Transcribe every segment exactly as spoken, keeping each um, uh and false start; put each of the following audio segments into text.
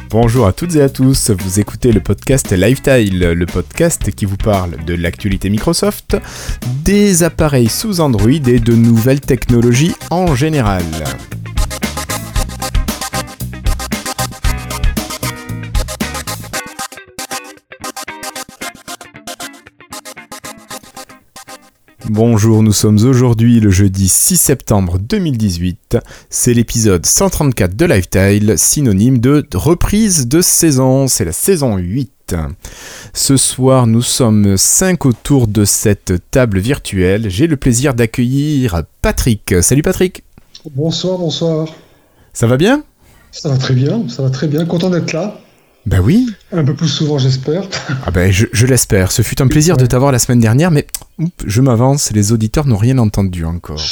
Bonjour à toutes et à tous, vous écoutez le podcast Lifetile, le podcast qui vous parle de l'actualité Microsoft, des appareils sous Android et de nouvelles technologies en général. Bonjour, nous sommes aujourd'hui le jeudi six septembre deux mille dix-huit. C'est l'épisode cent trente-quatre de Lifetile, synonyme de reprise de saison. C'est la saison huit. Ce soir, nous sommes cinq autour de cette table virtuelle. J'ai le plaisir d'accueillir Patrick. Salut Patrick. Bonsoir, bonsoir. Ça va bien ? Ça va très bien, ça va très bien. Content d'être là. Ben oui. Un peu plus souvent, j'espère. Ah ben, je, je l'espère. Ce fut un plaisir ouais. de t'avoir la semaine dernière, mais oups, je m'avance, les auditeurs n'ont rien entendu encore.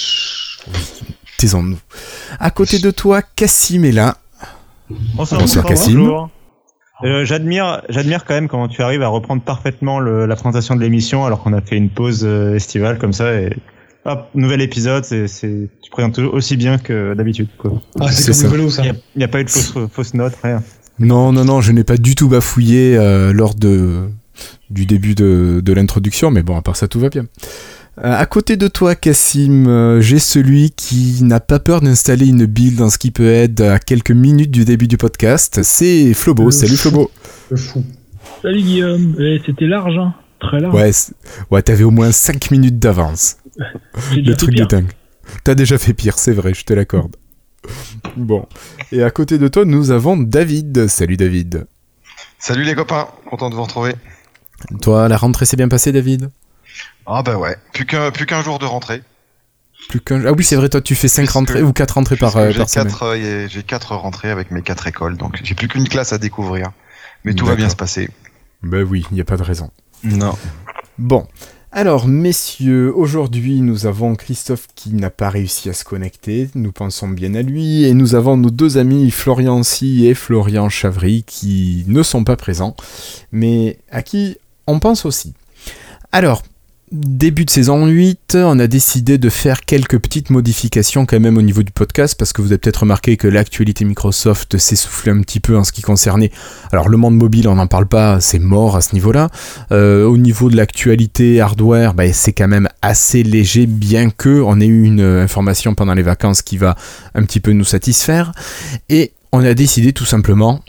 Oui, taisons-nous. À côté de toi, Cassim est là. Bonsoir, bonsoir Cassim. Bonjour. Euh, j'admire, j'admire quand même comment tu arrives à reprendre parfaitement le, la présentation de l'émission alors qu'on a fait une pause euh, estivale comme ça et hop, nouvel épisode, c'est, c'est, tu présentes aussi bien que d'habitude, quoi. Ah, c'est, c'est comme le vélo, ça. Il n'y a, a pas eu de fausse, fausse note, rien. Non, non, non, je n'ai pas du tout bafouillé euh, lors de, du début de, de l'introduction, mais bon, à part ça, tout va bien. Euh, à côté de toi, Cassim, euh, j'ai celui qui n'a pas peur d'installer une build dans Skiphead à quelques minutes du début du podcast, c'est Flobo. Le Salut fou. Flobo. Le fou. Salut Guillaume, eh, c'était large, hein. Très large. Ouais, ouais, t'avais au moins cinq minutes d'avance. Le truc de dingue. T'as déjà fait pire, c'est vrai, je te l'accorde. Bon, et à côté de toi, nous avons David. Salut David. Salut les copains, content de vous retrouver. Toi, la rentrée s'est bien passée, David ? Ah bah ouais, plus qu'un, plus qu'un jour de rentrée. Plus qu'un... Ah oui, c'est vrai, toi tu fais cinq rentrées ou quatre rentrées par, euh, j'ai par semaine. Quatre, euh, j'ai quatre rentrées avec mes quatre écoles, donc j'ai plus qu'une classe à découvrir. Mais tout D'accord. va bien se passer. Bah oui, il n'y a pas de raison. Non. Bon. Alors, messieurs, aujourd'hui, nous avons Christophe qui n'a pas réussi à se connecter, nous pensons bien à lui, et nous avons nos deux amis Florian Si et Florian Chavry qui ne sont pas présents, mais à qui on pense aussi. Alors, début de saison huit, on a décidé de faire quelques petites modifications quand même au niveau du podcast, parce que vous avez peut-être remarqué que l'actualité Microsoft s'essoufflait un petit peu en ce qui concernait... Alors le monde mobile, on n'en parle pas, c'est mort à ce niveau-là. Euh, au niveau de l'actualité hardware, bah, c'est quand même assez léger, bien qu'on ait eu une information pendant les vacances qui va un petit peu nous satisfaire. Et on a décidé tout simplement...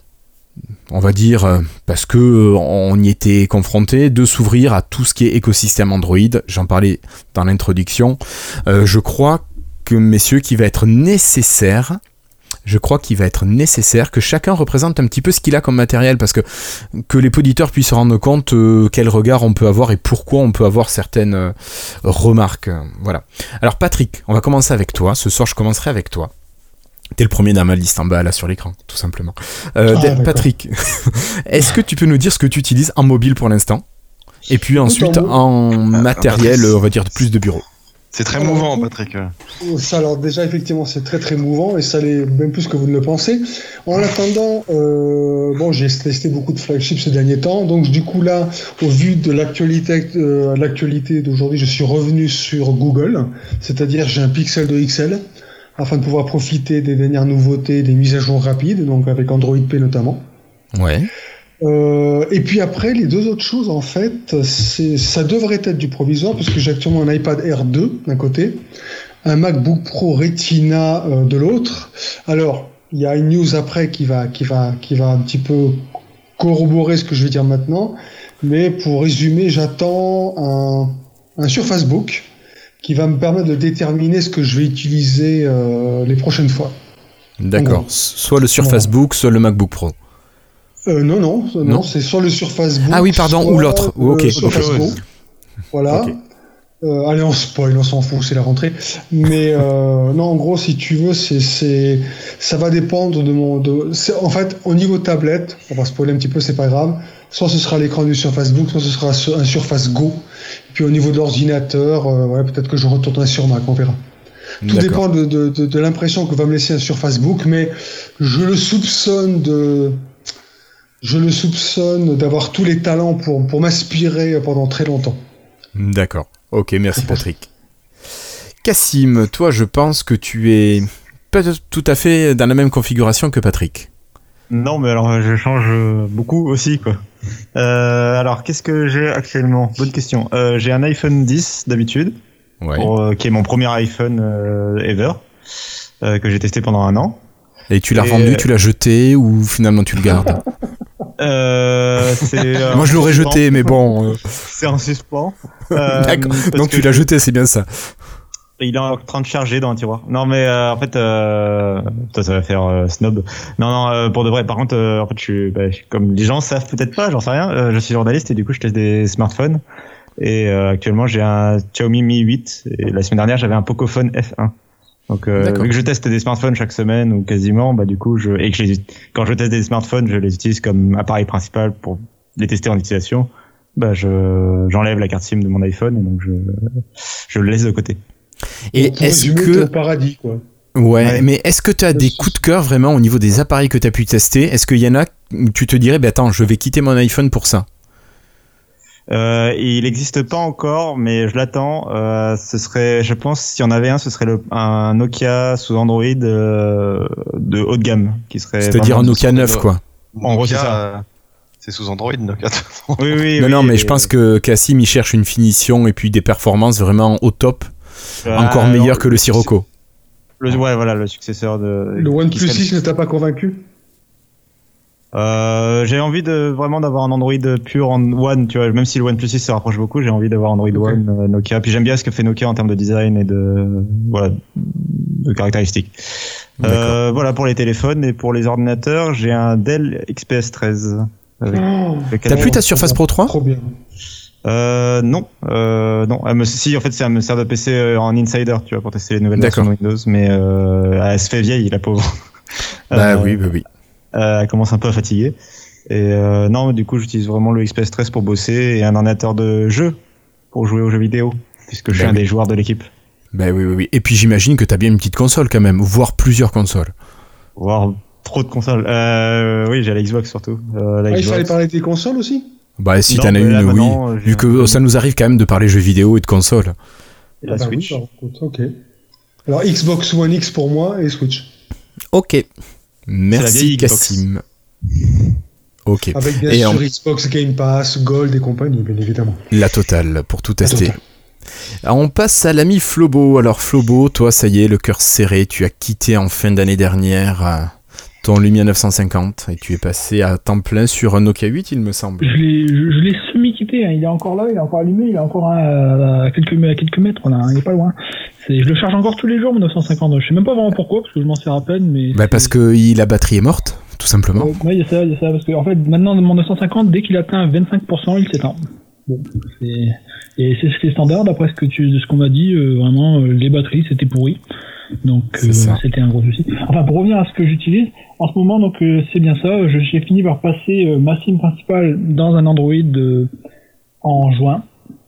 on va dire, parce que euh, on y était confronté, de s'ouvrir à tout ce qui est écosystème Android. J'en parlais dans l'introduction. Euh, je crois que, messieurs, qu'il va être nécessaire, je crois qu'il va être nécessaire que chacun représente un petit peu ce qu'il a comme matériel, parce que que les auditeurs puissent se rendre compte euh, quel regard on peut avoir et pourquoi on peut avoir certaines euh, remarques. Voilà. Alors Patrick, on va commencer avec toi. Ce soir, je commencerai avec toi. T'es le premier dans ma liste en bas, là, sur l'écran, tout simplement. Euh, ah, Patrick, est-ce que tu peux nous dire ce que tu utilises en mobile pour l'instant ? Et puis ensuite, en matériel, on va dire, plus de bureau. C'est très alors, mouvant, Patrick. Ça, alors déjà, effectivement, c'est très très mouvant, et ça l'est même plus que vous ne le pensez. En attendant, euh, bon, j'ai testé beaucoup de flagships ces derniers temps, donc du coup là, au vu de l'actualité, euh, l'actualité d'aujourd'hui, je suis revenu sur Google, c'est-à-dire j'ai un Pixel de X L, afin de pouvoir profiter des dernières nouveautés, des mises à jour rapides, donc avec Android P notamment. Ouais. Euh, et puis après, les deux autres choses, en fait, c'est, ça devrait être du provisoire, parce que j'ai actuellement un iPad Air deux d'un côté, un MacBook Pro Retina euh, de l'autre. Alors, il y a une news après qui va, qui va, qui va un petit peu corroborer ce que je vais dire maintenant, mais pour résumer, j'attends un, un Surface Book qui va me permettre de déterminer ce que je vais utiliser euh, les prochaines fois. D'accord. Soit le Surface bon. Book, soit le MacBook Pro. Euh, non, non, non, non, c'est soit le Surface Book. Ah oui, pardon, ou l'autre. Euh, ok. Surface okay. Go. Voilà. Okay. Euh, allez, on spoil, on s'en fout, c'est la rentrée. Mais euh, non, en gros, si tu veux, c'est, c'est, ça va dépendre de mon. De, c'est, en fait, au niveau tablette, on va spoiler un petit peu, c'est pas grave. Soit ce sera l'écran du Surface Book, soit ce sera un Surface Go. Et puis au niveau de l'ordinateur, euh, ouais, peut-être que je retournerai sur Mac, on verra. Tout D'accord. dépend de, de, de, de l'impression que va me laisser un Surface Book, mais je le soupçonne de. Je le soupçonne d'avoir tous les talents pour, pour m'aspirer pendant très longtemps. D'accord. Ok, merci Patrick. Cassim, toi, je pense que tu es pas tout à fait dans la même configuration que Patrick. Non, mais alors je change beaucoup aussi, quoi. Euh, alors, qu'est-ce que j'ai actuellement? Bonne question. Euh, j'ai un iPhone dix d'habitude, ouais. pour, euh, qui est mon premier iPhone euh, ever, euh, que j'ai testé pendant un an. Et tu l'as Et revendu, euh... tu l'as jeté ou finalement tu le gardes? euh, c'est, euh, Moi je l'aurais jeté, mais bon. Euh... C'est en suspens. Euh, D'accord. Donc tu l'as jeté, c'est bien ça. Il est en train de charger dans un tiroir. Non mais euh, en fait, euh, ça, ça va faire euh, snob. Non non, euh, pour de vrai. Par contre, euh, en fait, je suis, bah, comme les gens savent peut-être pas, j'en sais rien. Euh, je suis journaliste et du coup, je teste des smartphones. Et euh, actuellement, j'ai un Xiaomi Mi huit. Et la semaine dernière, j'avais un Pocophone F un. Donc, euh, vu que je teste des smartphones chaque semaine ou quasiment, bah du coup, je et que je les, quand je teste des smartphones, je les utilise comme appareil principal pour les tester en utilisation. Bah, je j'enlève la carte SIM de mon iPhone et donc je je le laisse de côté. Et pour est-ce que paradis quoi. Ouais, ouais, mais est-ce que tu as des coups de cœur vraiment au niveau des appareils que tu as pu tester? Est-ce qu'il y en a où tu te dirais, bah attends, je vais quitter mon iPhone pour ça? Euh, il n'existe pas encore, mais je l'attends. Euh, ce serait, je pense, s'il y en avait un, ce serait le, un Nokia sous Android euh, de haut de gamme, qui serait. C'est-à-dire un Nokia neuf, quoi. En gros, c'est ça. C'est sous Android, Nokia. Oui, oui. Non, oui, non, mais et... je pense que Cassim il cherche une finition et puis des performances vraiment au top. Euh, Encore meilleur alors, que le Sirocco. Le, ouais, voilà, le successeur de. Le OnePlus six ne t'a pas convaincu? euh, J'ai envie de vraiment d'avoir un Android pur en One, tu vois. Même si le OnePlus six se rapproche beaucoup, j'ai envie d'avoir Android okay. One, euh, Nokia. Puis j'aime bien ce que fait Nokia en termes de design et de voilà de caractéristiques. Euh, voilà pour les téléphones et pour les ordinateurs, j'ai un Dell X P S treize. Oh, t'as plus ta Surface Pro trois? Trop bien. Euh, non, euh, non. Elle me, si, en fait, ça me sert de P C en insider, tu vois, pour tester les nouvelles versions de Windows, mais euh, elle se fait vieille, la pauvre. Bah euh, oui, bah oui. Euh, elle commence un peu à fatiguer. Et euh, non, du coup, j'utilise vraiment le X P S treize pour bosser et un ordinateur de jeu pour jouer aux jeux vidéo, puisque je suis bah un oui. des joueurs de l'équipe. Bah oui, oui, oui. Et puis j'imagine que t'as bien une petite console quand même, voire plusieurs consoles. Voire trop de consoles. Euh, oui, j'ai la Xbox surtout. Euh, la ah, Xbox. Il fallait parler des consoles aussi? Bah si non, t'en as une, là, oui. Non, vu que un... ça nous arrive quand même de parler jeux vidéo et de consoles. Et la ah bah Switch. Oui, bah, ok. Alors Xbox One X pour moi et Switch. Ok. Merci Cassim. Ok. Avec bien et sûr en... Xbox Game Pass, Gold et compagnie, bien évidemment. La totale pour tout tester. Alors, on passe à l'ami Flobo. Alors Flobo, toi ça y est, le cœur serré, tu as quitté en fin d'année dernière ton Lumia neuf cent cinquante et tu es passé à temps plein sur un Nokia huit, il me semble. Je l'ai, je, je l'ai semi-quitté, hein. Il est encore là, il est encore allumé, il est encore à, à, quelques, à quelques mètres, là, hein. Il est pas loin. C'est, je le charge encore tous les jours, mon neuf cent cinquante. Je sais même pas vraiment pourquoi, parce que je m'en sers à peine, mais... Bah parce que la batterie est morte, tout simplement. Euh, ouais, il y a ça, il y a ça, parce que en fait, maintenant, mon neuf cent cinquante, dès qu'il atteint vingt-cinq pour cent, il s'éteint. Bon, c'est... Et c'est ce qui est standard, d'après ce que tu, de ce qu'on m'a dit, euh, vraiment, euh, les batteries, c'était pourri. Donc, euh, c'était un gros souci. Enfin, pour revenir à ce que j'utilise, en ce moment, donc, euh, c'est bien ça, je, j'ai fini par passer euh, ma SIM principale dans un Android euh, en juin.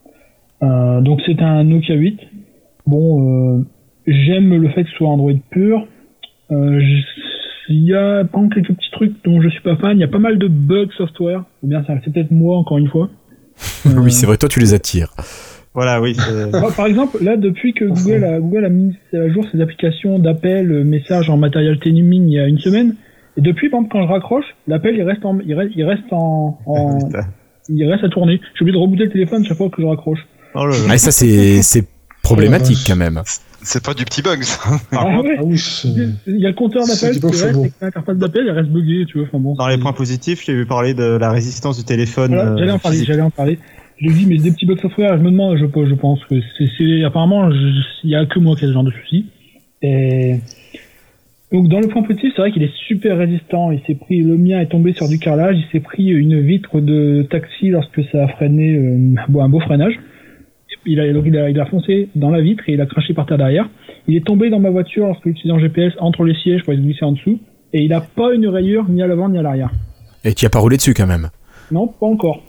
Euh, donc, c'est un Nokia huit. Bon, euh, j'aime le fait que ce soit Android pur. Euh, il y a pas quelques petits trucs dont je suis pas fan. Il y a pas mal de bugs software. Ou bien, c'est peut-être moi, encore une fois. Euh... oui, c'est vrai, toi, tu les attires. Voilà, oui. C'est... Par exemple, là, depuis que Google a, Google a mis à jour ses applications d'appel, message en material tuning il y a une semaine, et depuis, par exemple, quand je raccroche, l'appel, il reste en, il reste, il reste en, en il reste à tourner. J'ai oublié de rebooter le téléphone chaque fois que je raccroche. Oh là là. Ah, ça, c'est, c'est problématique, quand même. C'est pas du petit bug, ça. Ah ouais. Ah oui, il y a le compteur d'appel qui reste, et l'interface d'appel, il reste bugué, tu vois. Enfin bon. Dans les points positifs, j'ai vu parler de la résistance du téléphone. Voilà, j'allais en parler, physique. j'allais en parler. Je lui dis, mais des petits bugs software, je me demande, je, je pense que c'est, c'est apparemment, il y a que moi qui a ce genre de soucis. Et donc, dans le point positif, c'est vrai qu'il est super résistant. Il s'est pris, le mien est tombé sur du carrelage, il s'est pris une vitre de taxi lorsque ça a freiné, euh, bon, un beau freinage. Il a, il a, il a foncé dans la vitre et il a craché par terre derrière. Il est tombé dans ma voiture lorsque j'utilisais en G P S entre les sièges pour être glissé en dessous. Et il a pas une rayure ni à l'avant ni à l'arrière. Et tu as pas roulé dessus quand même? Non, pas encore.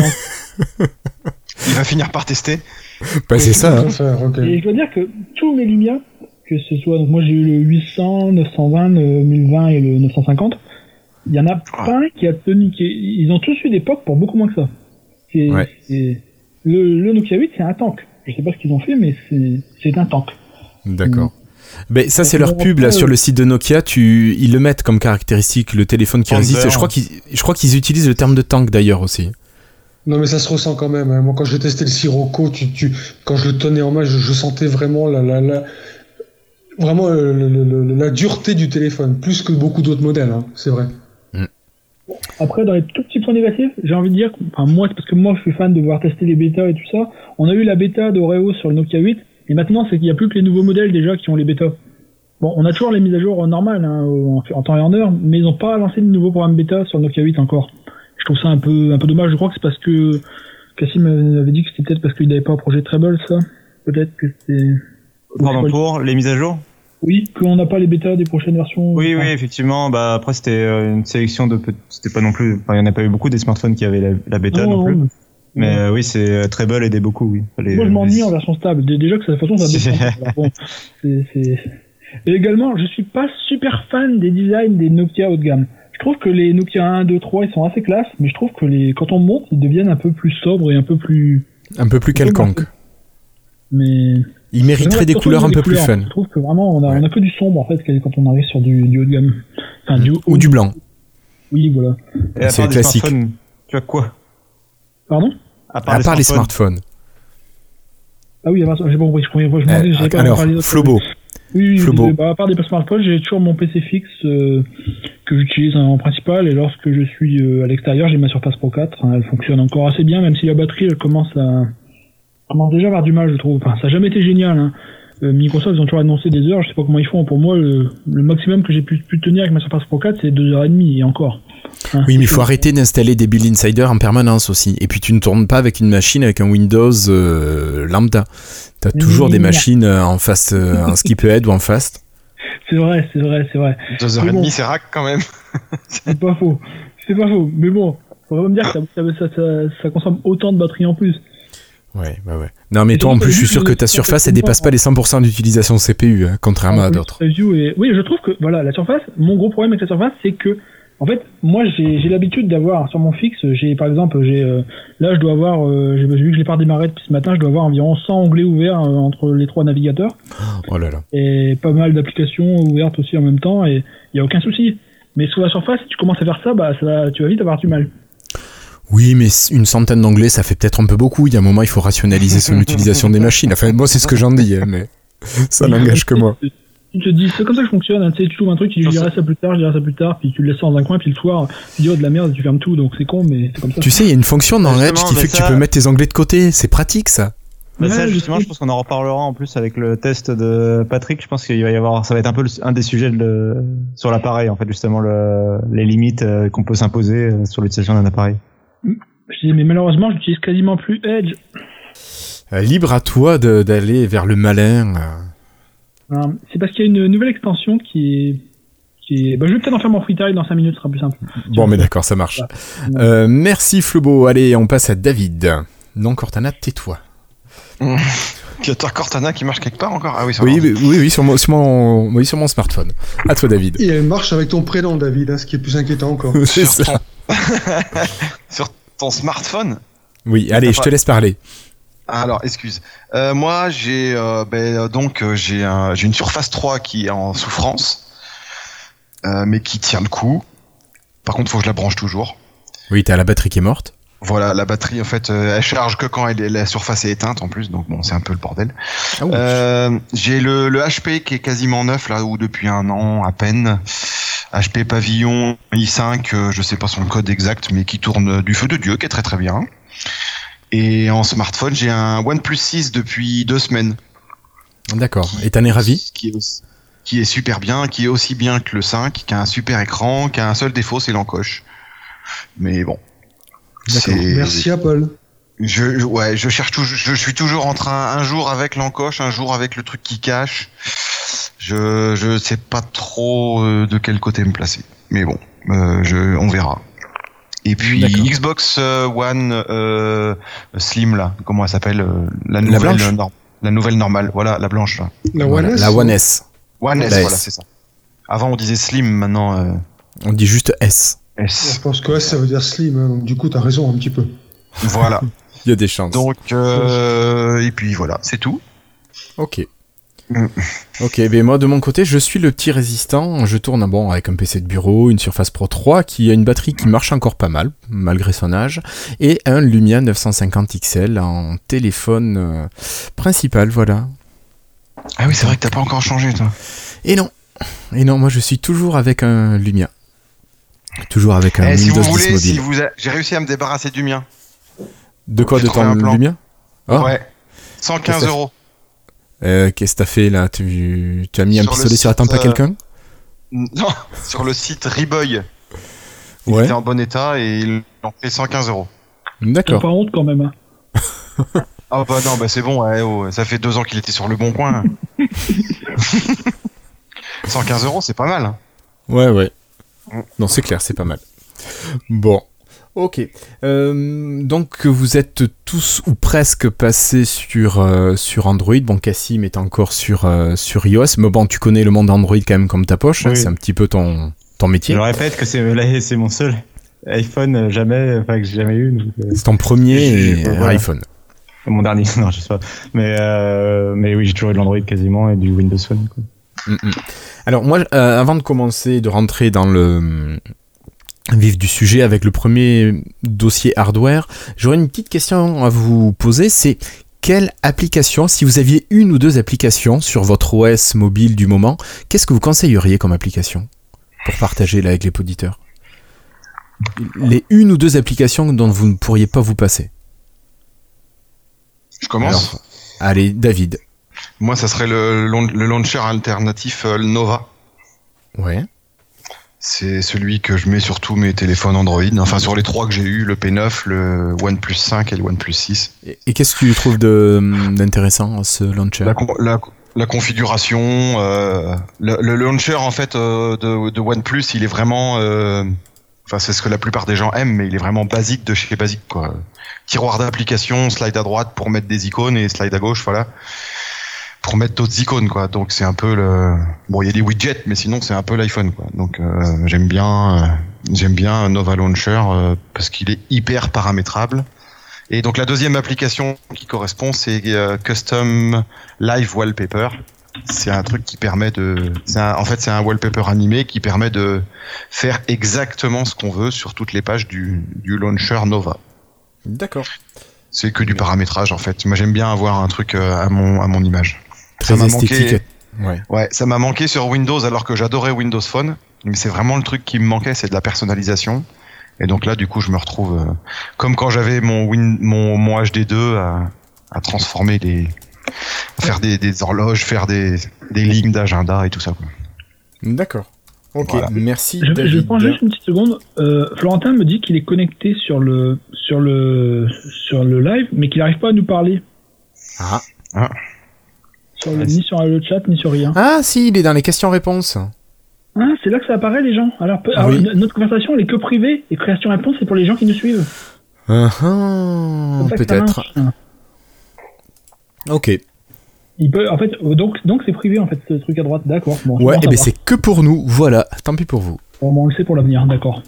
Il va finir par tester. Bah, c'est ça. Hein. Faire, okay. Et je dois dire que tous mes Lumia, que ce soit, donc moi j'ai eu le huit cents, neuf cent vingt, le mille vingt et le neuf cent cinquante, il y en a pas un qui a tenu, qui est, ils ont tous eu des pocs pour beaucoup moins que ça. C'est, ouais. c'est, le, le Nokia huit, c'est un tank. Je sais pas ce qu'ils ont fait, mais c'est, c'est un tank. D'accord. Ben, ça, Donc, c'est leur pub, là, sur le site de Nokia. Tu... Ils le mettent comme caractéristique, le téléphone qui résiste. Je crois qu'ils, je crois qu'ils utilisent le terme de tank, d'ailleurs, aussi. Non, mais ça se ressent quand même. Hein. Moi, quand j'ai testé le Sirocco, tu, tu, quand je le tenais en main, je, je sentais vraiment la, la, la, vraiment le, le, le, la dureté du téléphone, plus que beaucoup d'autres modèles, hein. C'est vrai. Mm. Après, dans les tout petits points négatifs, j'ai envie de dire, enfin, moi, c'est parce que moi, je suis fan de voir tester les bêtas et tout ça. On a eu la bêta d'Oreo sur le Nokia huit, et maintenant, c'est qu'il n'y a plus que les nouveaux modèles déjà qui ont les bêtas. Bon, on a toujours les mises à jour normales, hein, en, en temps et en heure, mais ils n'ont pas lancé de nouveau programme bêta sur le Nokia huit encore. Je trouve ça un peu, un peu dommage. Je crois que c'est parce que Cassim avait dit que c'était peut-être parce qu'il n'avait pas un projet Treble, ça. Peut-être que c'est... Pardon, pour les mises à jour? Oui, qu'on n'a pas les bêtas des prochaines versions. Oui, oui, effectivement. Bah, après, c'était une sélection de... C'était pas non plus... Enfin, il n'y en a pas eu beaucoup des smartphones qui avaient la, la bêta non, non plus. Non, mais mais euh, oui, c'est Treble aidait beaucoup, oui. Les, Moi, je m'ennuie les... en version stable. Déjà que de toute façon, ça dépend. Bon, c'est, c'est... Et également, je suis pas super fan des designs des Nokia haut de gamme. Je trouve que les Nokia un, deux, trois, ils sont assez classe, mais je trouve que les, quand on monte, ils deviennent un peu plus sobres et un peu plus... Un peu plus quelconques. Mais... Ils mériteraient des couleurs un peu plus fun. Je trouve que vraiment, on a, ouais. on a que du sombre, en fait, quand on arrive sur du, du haut de gamme. Enfin, du Ou du blanc. Oui, voilà. Et c'est classique. Tu as quoi? Pardon? À part, à les, part les smartphones. Ah oui, j'ai pas compris. Je croyais, je euh, je pas alors, Flobo. Oui, oui, bah, à part des smartphones, j'ai toujours mon P C fixe euh, que j'utilise en principal, et lorsque je suis euh, à l'extérieur, j'ai ma Surface Pro quatre. Hein, elle fonctionne encore assez bien, même si la batterie, elle commence à commence déjà à avoir du mal, je trouve. Enfin, ça n'a jamais été génial. Hein. Euh, Microsoft, ils ont toujours annoncé des heures. Je sais pas comment ils font. Pour moi, le, le maximum que j'ai pu, pu tenir avec ma Surface Pro quatre, c'est deux heures et demie et encore. Hein, oui, mais il faut arrêter d'installer des Build Insider en permanence aussi. Et puis tu ne tournes pas avec une machine avec un Windows euh, lambda. T'as mais toujours oui, des machines euh, en fast, euh, en skip ahead ou en fast. C'est vrai, c'est vrai, c'est vrai. Deux heures et demie, c'est rack quand même. C'est pas faux. C'est pas faux. Mais bon, faut vraiment me dire que ça, ça, ça, ça consomme autant de batterie en plus. Ouais, bah ouais. Non, mais et toi, en plus, je suis sûr que ta Surface, elle dépasse pas les cent pour cent d'utilisation C P U, hein, contrairement à d'autres. Et... Oui, je trouve que, voilà, la Surface, mon gros problème avec la Surface, c'est que, en fait, moi, j'ai, j'ai l'habitude d'avoir, sur mon fixe, j'ai, par exemple, j'ai, euh, là, je dois avoir, euh, j'ai, j'ai vu que je l'ai pas redémarré depuis ce matin, je dois avoir environ cent onglets ouverts euh, entre les trois navigateurs. Oh là là. Et pas mal d'applications ouvertes aussi en même temps, et il y a aucun souci. Mais sur la Surface, si tu commences à faire ça, bah, ça, tu vas vite avoir du mal. Oui, mais une centaine d'anglais, ça fait peut-être un peu beaucoup. Il y a un moment, il faut rationaliser son utilisation des machines. Enfin, moi, c'est ce que j'en dis, mais ça n'engage que moi. Tu te dis, c'est comme ça que je fonctionne. Hein. Tu sais, tu trouves un truc, tu dis, je dirai ça plus tard, je dirai ça plus tard, puis tu le laisses dans un coin, puis le soir, tu dis, oh, de la merde, tu fermes tout, donc c'est con, mais c'est comme ça. Tu sais, il y a une fonction dans Edge qui fait ça... que tu peux mettre tes onglets de côté. C'est pratique, ça. Bah ouais, ça, justement, je pense qu'on en reparlera en plus avec le test de Patrick. Je pense qu'il va y avoir, ça va être un peu le, un des sujets de, sur l'appareil, en fait, justement, le, les limites qu'on peut s'imposer sur l'utilisation d'un appareil. Mmh. Je dis, mais malheureusement, j'utilise quasiment plus Edge. Euh, libre à toi de, d'aller vers le malin. Euh, c'est parce qu'il y a une nouvelle extension qui est... Qui est... Bah, je vais peut-être en faire mon freetime dans cinq minutes, ce sera plus simple. Bon, mais d'accord, ça marche. Voilà. Euh, merci Flobo. Allez, on passe à David. Non, Cortana, tais-toi. Mmh. T'as Cortana qui marche quelque part encore? Ah oui, oui, oui, oui, oui, sur mon, sur mon, oui, sur mon smartphone. À toi, David. Et elle marche avec ton prénom, David, hein, ce qui est plus inquiétant encore. C'est ça. Sur ton smartphone? Oui, allez, je te laisse parler. Alors, excuse. Euh, moi, j'ai euh, ben, donc euh, j'ai, un, j'ai une Surface trois qui est en souffrance, euh, mais qui tient le coup. Par contre, il faut que je la branche toujours. Oui, t'as la batterie qui est morte. Voilà, la batterie, en fait, euh, elle charge que quand elle est, la surface est éteinte, en plus, donc bon, c'est un peu le bordel. Ah, oui. euh, j'ai le, le H P qui est quasiment neuf, là, ou depuis un an, à peine. H P Pavillon i cinq, euh, je sais pas son code exact, mais qui tourne du feu de Dieu, qui est très très bien. Et en smartphone, j'ai un OnePlus six depuis deux semaines. D'accord. Et t'en es ravi? Qui est, qui est super bien, qui est aussi bien que le cinq, qui a un super écran, qui a un seul défaut, c'est l'encoche. Mais bon. D'accord. Merci Apple. Je, je ouais, je cherche toujours, je suis toujours en train, un jour avec l'encoche, un jour avec le truc qui cache. Je, je sais pas trop euh, de quel côté me placer. Mais bon, euh, je, on verra. Et puis D'accord. Xbox One euh, Slim là, comment elle s'appelle, euh, la nouvelle, la, no- la nouvelle normale, voilà, la blanche là. La voilà, One S. La One S. One S, la voilà, S. C'est ça. Avant on disait Slim, maintenant. Euh... On dit juste S. S. Je pense que S ça veut dire Slim, hein, donc du coup t'as raison un petit peu. Voilà. Il y a des chances. Donc euh, et puis voilà, c'est tout. Ok. Mm. Ok, ben moi de mon côté, je suis le petit résistant. Je tourne bon, avec un P C de bureau, une Surface Pro trois qui a une batterie qui marche encore pas mal, malgré son âge, et un Lumia neuf cent cinquante X L en téléphone euh, principal, voilà. Ah oui, c'est vrai que t'as pas encore changé, toi. Et non, et non, moi je suis toujours avec un Lumia. Toujours avec un eh, Windows si vous dix voulez, mobile. Si vous a... J'ai réussi à me débarrasser du mien. De quoi? J'ai De trouvé ton un plan. Lumia? Oh. Ouais. cent quinze euros. Euh, qu'est-ce que t'as fait là? tu... tu as mis Sur un pistolet le sur la site, tempe à euh, quelqu'un? Non, sur le site Reboy. Il Ouais. était en bon état et ils l'ont fait cent quinze euros. T'as D'accord. pas honte quand même. Hein. Ah bah non, bah c'est bon, ouais, oh, ça fait deux ans qu'il était sur le bon coin. cent quinze euros, c'est pas mal. Hein. Ouais, ouais. Non, c'est clair, c'est pas mal. Bon. Ok. Euh, donc, vous êtes tous ou presque passés sur, euh, sur Android. Bon, Cassim est encore sur, euh, sur iOS. Mais bon, tu connais le monde Android quand même comme ta poche. Oui. Hein, c'est un petit peu ton, ton métier. Je répète que c'est, là, c'est mon seul iPhone jamais, enfin, que j'ai jamais eu. Donc, euh, C'est ton premier j'ai- et- voilà. iPhone. mon dernier, non, je sais pas. Mais, euh, mais oui, j'ai toujours eu de l'Android quasiment et du Windows Phone, quoi. Mm-mm. Alors, moi, euh, avant de commencer, de rentrer dans le vif du sujet avec le premier dossier hardware, j'aurais une petite question à vous poser, c'est quelle application, si vous aviez une ou deux applications sur votre O S mobile du moment, qu'est-ce que vous conseilleriez comme application pour partager là avec les auditeurs? Les une ou deux applications dont vous ne pourriez pas vous passer. Je commence. Alors, allez, David. Moi, ça serait le, le launcher alternatif euh, le Nova. Ouais. C'est celui que je mets sur tous mes téléphones Android. Enfin, sur les trois que j'ai eu, le P neuf, le OnePlus cinq et le OnePlus six. Et, et qu'est-ce que tu trouves de, d'intéressant à ce launcher? La, con- la, la configuration, euh, le, le launcher en fait euh, de, de OnePlus, il est vraiment, euh, enfin c'est ce que la plupart des gens aiment, mais il est vraiment basique de chez basique quoi. Tiroir d'application, slide à droite pour mettre des icônes et slide à gauche, voilà, pour mettre d'autres icônes quoi. Donc c'est un peu le, bon il y a des widgets, mais sinon c'est un peu l'iPhone quoi. Donc euh, j'aime bien, euh, j'aime bien Nova Launcher euh, parce qu'il est hyper paramétrable. Et donc la deuxième application qui correspond, c'est euh, Custom Live Wallpaper. C'est un truc qui permet de, c'est un, en fait c'est un wallpaper animé qui permet de faire exactement ce qu'on veut sur toutes les pages du, du launcher Nova. D'accord. C'est que du paramétrage en fait. Moi j'aime bien avoir un truc euh, à mon à mon image. Très Ça m'a esthétique. manqué, Ouais. ouais, ça m'a manqué sur Windows alors que j'adorais Windows Phone. Mais c'est vraiment le truc qui me manquait, c'est de la personnalisation. Et donc là, du coup, je me retrouve euh, comme quand j'avais mon Win, mon, mon H D deux à, à transformer les, à faire des, des horloges, faire des, des lignes d'agenda et tout ça. Quoi. D'accord. Ok, Voilà. merci Je, David. je prends juste une petite seconde. Euh, Florentin me dit qu'il est connecté sur le sur le sur le live, mais qu'il n'arrive pas à nous parler. Ah. Sur le, ni sur le chat, ni sur rien. ah si, il est dans les questions-réponses. Ah, c'est là que ça apparaît les gens. Alors, peu- alors, Oui. n- notre conversation elle est que privée et création-réponse c'est pour les gens qui nous suivent. Ah, ah, Comme ça que ça peut-être. marche. Ok. Il peut, en fait, euh, donc donc c'est privé en fait ce truc à droite. D'accord. Bon, Ouais, bon, et ben ça c'est que pour nous. Voilà. Tant pis pour vous. va. Bon, on le sait pour l'avenir. D'accord.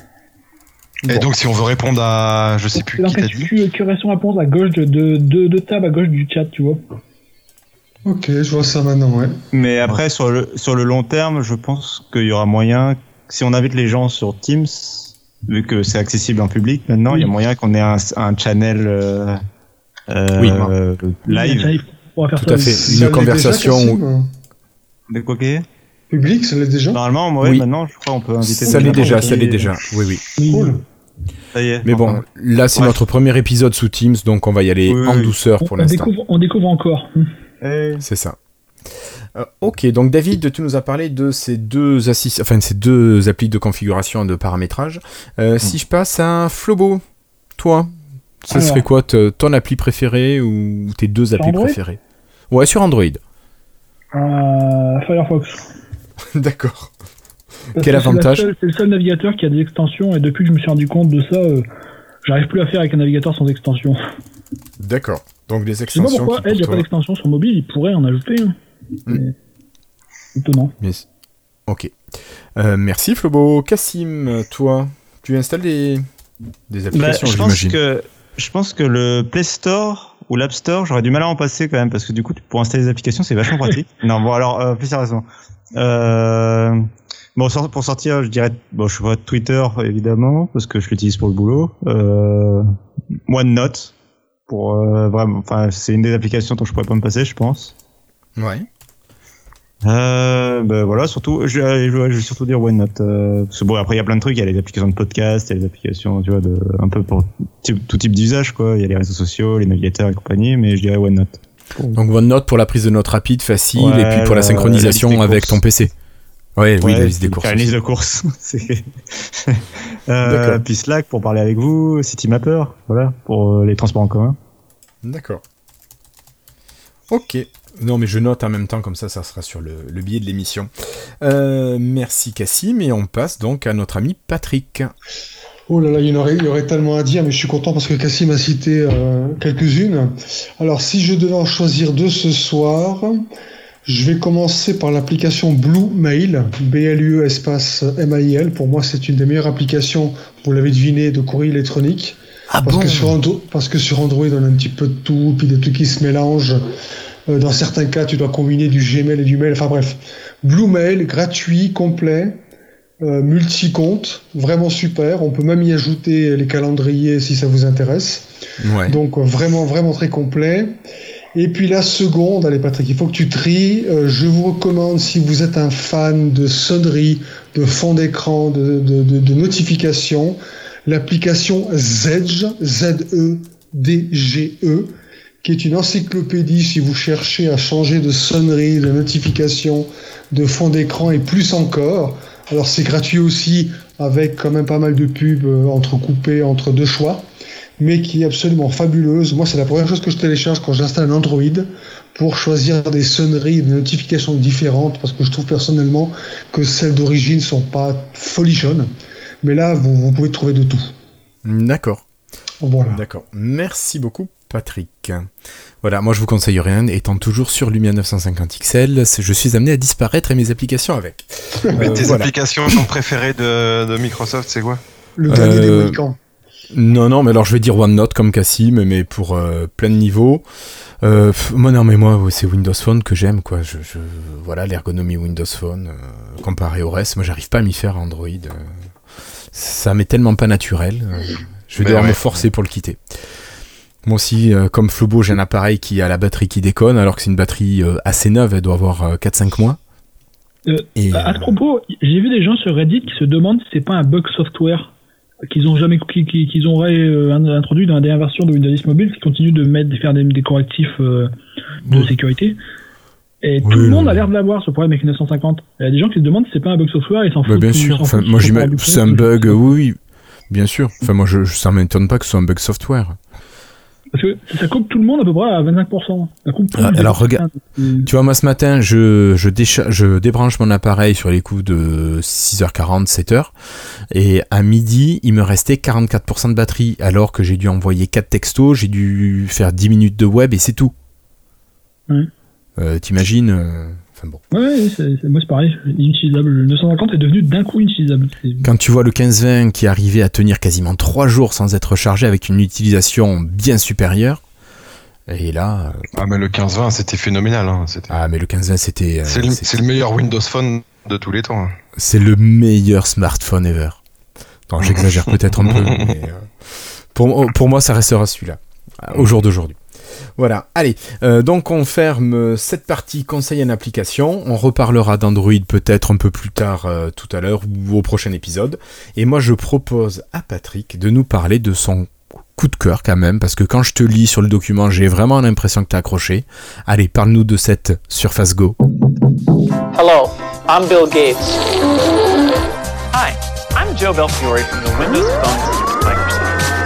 Et Bon. donc si on veut répondre à, je sais C'est plus dans qui t'a cette dit. cu- création-réponse à gauche de de, de de tab à gauche du chat, tu vois. Ok, je vois ça maintenant, ouais. Mais après, sur le, sur le long terme, je pense qu'il y aura moyen, si on invite les gens sur Teams, vu que c'est accessible en public maintenant, il y a moyen qu'on ait un, un channel euh, euh, Oui. euh, live. On va faire Tout ça. à fait. Ça Une l'est conversation déjà, où- Cassim De quoi qu'il y ait Public, ça l'est déjà. Normalement, moi, Oui. maintenant, je crois qu'on peut inviter Ça des l'est gens déjà, qui- ça l'est déjà. Oui, oui. Oui. Cool. Ça y est. Mais bon, enfin, là c'est Bref. notre premier épisode sous Teams, donc on va y aller Oui, en oui. douceur On, pour on l'instant. découvre, on découvre encore. eh, C'est ça. Euh, ok, donc David, tu nous as parlé de ces deux assis... enfin ces deux applis de configuration et de paramétrage. Euh, Si je passe à Flobo, toi, ça Alors. serait quoi te- ton appli préférée ou tes deux Sur applis Android préférées? Ouais, sur Android. Euh, Firefox. D'accord. Parce Quel que c'est la avantage seule- C'est le seul navigateur qui a des extensions et depuis que je me suis rendu compte de ça, euh, j'arrive plus à faire avec un navigateur sans extension. D'accord. Donc des Je sais pas extensions pourquoi qui Edge pour n'a pas toi... d'extension sur mobile, il pourrait en ajouter. hein. Mm. Mais- Étonnant. Mais... Ok. Euh, merci Flobo. Cassim, toi, tu installes des, des bah, applications, je pense j'imagine. que je pense que le Play Store ou l'App Store, j'aurais du mal à en passer quand même, parce que du coup, pour installer des applications, c'est vachement pratique. Non, bon, alors, euh, plus sérieusement. Euh, bon, pour sortir, je dirais, bon, je vois Twitter, évidemment, parce que je l'utilise pour le boulot. Euh, OneNote, pour, euh, vraiment, enfin, c'est une des applications dont je pourrais pas me passer, je pense. Ouais. Euh, ben voilà, surtout, je, je, je vais surtout dire OneNote. Euh, parce que bon, après il y a plein de trucs, il y a les applications de podcast, il y a les applications, tu vois, de un peu pour type, tout type d'usage, quoi. Il y a les réseaux sociaux, les navigateurs et compagnie, mais je dirais OneNote. Donc OneNote pour la prise de notes rapide, facile, ouais, et puis pour la, la synchronisation la avec ton P C. Ouais, oui, ouais, la liste des courses. La liste de courses. C'est... euh, puis Slack pour parler avec vous, CityMapper, voilà, pour les transports en commun. D'accord. Ok. Non, mais je note en même temps, comme ça, ça sera sur le, le billet de l'émission. Euh, merci Cassim, et on passe donc à notre ami Patrick. Oh là là, il y, aurait, il y aurait tellement à dire, mais je suis content parce que Cassim a cité euh, quelques-unes. Alors, si je devais en choisir deux ce soir, je vais commencer par l'application Blue Mail, B L U E espace M A I L. Pour moi, c'est une des meilleures applications, vous l'avez deviné, de courrier électronique. Ah parce, bon que sur Andro- parce que sur Android, on a un petit peu de tout, puis des trucs qui se mélangent. Euh, dans certains cas, tu dois combiner du Gmail et du mail. Enfin bref, Blue Mail, gratuit, complet, euh, multi-compte, vraiment super. On peut même y ajouter les calendriers si ça vous intéresse. Ouais. Donc euh, vraiment, vraiment très complet. Et puis la seconde, allez Patrick, il faut que tu tries. Euh, je vous recommande, si vous êtes un fan de sonnerie, de fond d'écran, de, de, de, de notifications, l'application Zedge, Z E D G E, qui est une encyclopédie si vous cherchez à changer de sonnerie, de notification, de fond d'écran et plus encore. Alors c'est gratuit aussi, avec quand même pas mal de pubs euh, entrecoupées entre deux choix, mais qui est absolument fabuleuse. Moi, c'est la première chose que je télécharge quand j'installe un Android pour choisir des sonneries, des notifications différentes, parce que je trouve personnellement que celles d'origine sont pas folichonnes. Mais là, vous, vous pouvez trouver de tout. D'accord. Voilà. D'accord. Merci beaucoup, Patrick. Voilà, moi je vous conseille rien, étant toujours sur Lumia neuf cent cinquante X L, je suis amené à disparaître et mes applications avec. Mais euh, tes voilà. applications préférées de, de Microsoft, c'est quoi? Le dernier Euh, des Mohicans. Non, non, mais alors je vais dire OneNote comme Cassim, mais pour euh, plein de niveaux. Euh, pff, moi, non, mais moi, c'est Windows Phone que j'aime, quoi. Je, je, voilà, l'ergonomie Windows Phone, euh, comparé au reste, moi j'arrive pas à m'y faire à Android. Euh, ça m'est tellement pas naturel. Euh, je vais Mais devoir ouais. me forcer pour le quitter. Moi aussi, euh, comme Flobo, j'ai un appareil qui a la batterie qui déconne, alors que c'est une batterie euh, assez neuve, elle doit avoir euh, quatre cinq mois. Euh, Et, à euh, ce propos, j'ai vu des gens sur Reddit qui se demandent si c'est pas un bug software qu'ils ont jamais qui- qui- qu'ils auraient euh, introduit dans la dernière version de Windows dix Mobile, qui continue de mettre de faire des, des correctifs euh, de Oui. sécurité. Et Oui, tout le oui, monde a oui. l'air de l'avoir, ce problème avec neuf cent cinquante. Il y a des gens qui se demandent si c'est pas un bug software, ils s'en bah, foutent. bien ils sûr, s'en enfin, foutent, moi ils se sont j'imagine, rendus c'est un compte que- bug, euh, oui, oui, bien sûr. Enfin, moi, je, ça m'étonne pas que ce soit un bug software. Parce que ça coupe tout le monde à peu près à vingt-cinq pour cent. Ça coupe tout Ah, le alors, monde. regarde. Tu vois, moi ce matin, je, je, décha- je débranche mon appareil sur les coups de six heures quarante, sept heures, et à midi, il me restait quarante-quatre pour cent de batterie, alors que j'ai dû envoyer quatre textos, j'ai dû faire dix minutes de web, et c'est tout. Ouais. Euh, t'imagines euh, Enfin bon. Ouais, ouais, c'est, c'est, moi c'est pareil, inutilisable. Le neuf cent cinquante est devenu d'un coup inutilisable. C'est... Quand tu vois le quinze vingt qui arrivait à tenir quasiment trois jours sans être chargé avec une utilisation bien supérieure, et là... euh, Ah mais le quinze vingt c'était phénoménal. Hein. C'était... ah, mais le quinze vingt c'était... euh, c'est, le, c'était- c'est le meilleur Windows Phone de tous les temps. Hein. C'est le meilleur smartphone ever. Non, j'exagère peut-être un peu, mais euh, pour, pour moi, ça restera celui-là, au jour d'aujourd'hui. Voilà, allez, euh, donc on ferme cette partie conseil en application, on reparlera d'Android peut-être un peu plus tard euh, tout à l'heure ou au prochain épisode, et moi je propose à Patrick de nous parler de son coup de cœur quand même, parce que quand je te lis sur le document, j'ai vraiment l'impression que t'as accroché. Allez, parle-nous de cette Surface Go. Hello, I'm Bill Gates. Hi, I'm Joe Belfiore from the Windows Phone team at Microsoft.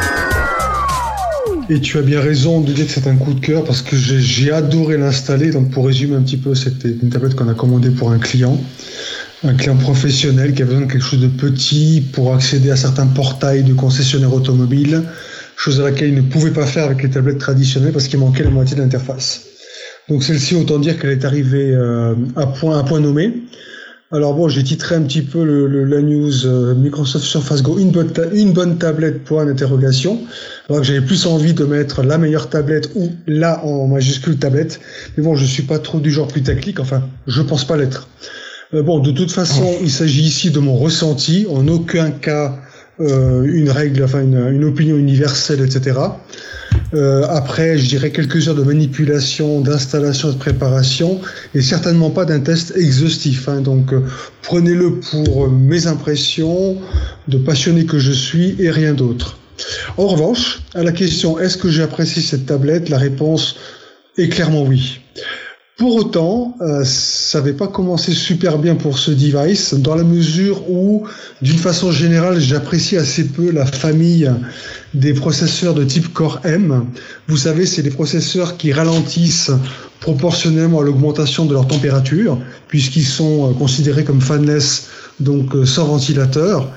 Et tu as bien raison de dire que c'est un coup de cœur parce que j'ai, j'ai adoré l'installer. Donc pour résumer un petit peu, c'était une tablette qu'on a commandée pour un client, un client professionnel qui a besoin de quelque chose de petit pour accéder à certains portails de concessionnaires automobiles, chose à laquelle il ne pouvait pas faire avec les tablettes traditionnelles parce qu'il manquait la moitié de l'interface. Donc celle-ci, autant dire qu'elle est arrivée euh, à point, à point nommé. Alors bon, j'ai titré un petit peu le, le, la news euh, Microsoft Surface Go, une bonne, ta- une bonne tablette, point d'interrogation. Alors que j'avais plus envie de mettre la meilleure tablette ou la en majuscule tablette. Mais bon, je suis pas trop du genre plus technique, enfin, je pense pas l'être. Euh, bon, de toute façon, oh. il s'agit ici de mon ressenti, en aucun cas euh, une règle, enfin une, une opinion universelle, et cetera. Euh, après, je dirais quelques heures de manipulation, d'installation et de préparation, et certainement pas d'un test exhaustif. Hein. Donc, euh, prenez-le pour euh, mes impressions de passionné que je suis et rien d'autre. En revanche, à la question « Est-ce que j'apprécie cette tablette ?», la réponse est clairement oui. Pour autant, euh, ça n'avait pas commencé super bien pour ce device, dans la mesure où, d'une façon générale, j'apprécie assez peu la famille des processeurs de type Core M. Vous savez, c'est des processeurs qui ralentissent proportionnellement à l'augmentation de leur température, puisqu'ils sont considérés comme fanless, donc sans ventilateur.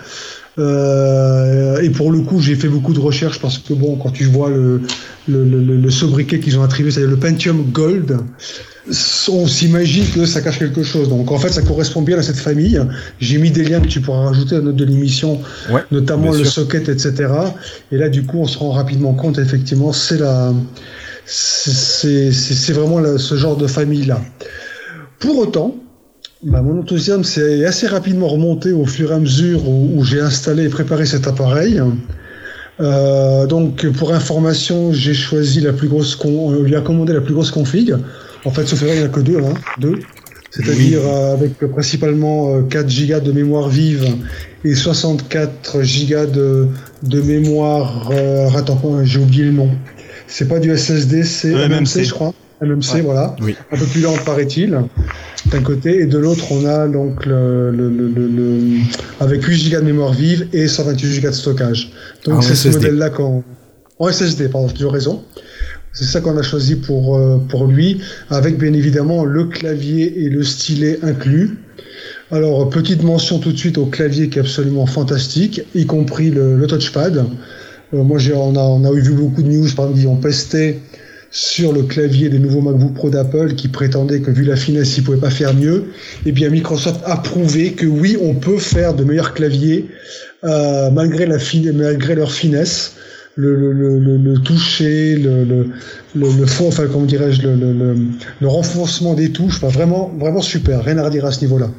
Euh, et pour le coup, j'ai fait beaucoup de recherches parce que bon, quand tu vois le, le, le, le sobriquet qu'ils ont attribué, c'est-à-dire le Pentium Gold, on s'imagine que ça cache quelque chose. Donc en fait, ça correspond bien à cette famille. J'ai mis des liens que tu pourras rajouter à la note de l'émission, ouais, notamment le socket, et cetera. Et là, du coup, on se rend rapidement compte, effectivement, c'est la, c'est, c'est, c'est vraiment la, ce genre de famille-là. Pour autant, bah, mon enthousiasme s'est assez rapidement remonté au fur et à mesure où, où j'ai installé et préparé cet appareil. Euh, donc, pour information, j'ai choisi la plus grosse, con, on lui a commandé la plus grosse config. En fait, sauf erreur, il n'y en a que deux, hein, deux. C'est-à-dire oui. euh, avec principalement euh, quatre gigas de mémoire vive et soixante-quatre gigas de, de mémoire. Euh, attends, j'ai oublié le nom. C'est pas du S S D, c'est M M C, je crois. M M C, ouais. Voilà. Oui. Un peu plus lent, paraît-il, d'un côté. Et de l'autre, on a donc le, le, le, le, le avec huit gigas de mémoire vive et cent vingt-huit gigas de stockage. Donc ah, c'est ce modèle-là qu'on... En S S D, pardon, tu as raison. C'est ça qu'on a choisi pour, euh, pour lui, avec bien évidemment le clavier et le stylet inclus. Alors, petite mention tout de suite au clavier qui est absolument fantastique, y compris le, le touchpad. Euh, moi, j'ai, on, a, on a vu beaucoup de news, par exemple, qui ont pesté sur le clavier des nouveaux MacBook Pro d'Apple, qui prétendaient que vu la finesse, ils pouvaient pas faire mieux. Eh bien, Microsoft a prouvé que oui, on peut faire de meilleurs claviers, euh, malgré, la fin- malgré leur finesse. Le, le, le, le toucher, le, le, le, le fond, enfin, comment dirais-je, le, le, le, le renforcement des touches, enfin, vraiment, vraiment super, rien à redire à ce niveau-là.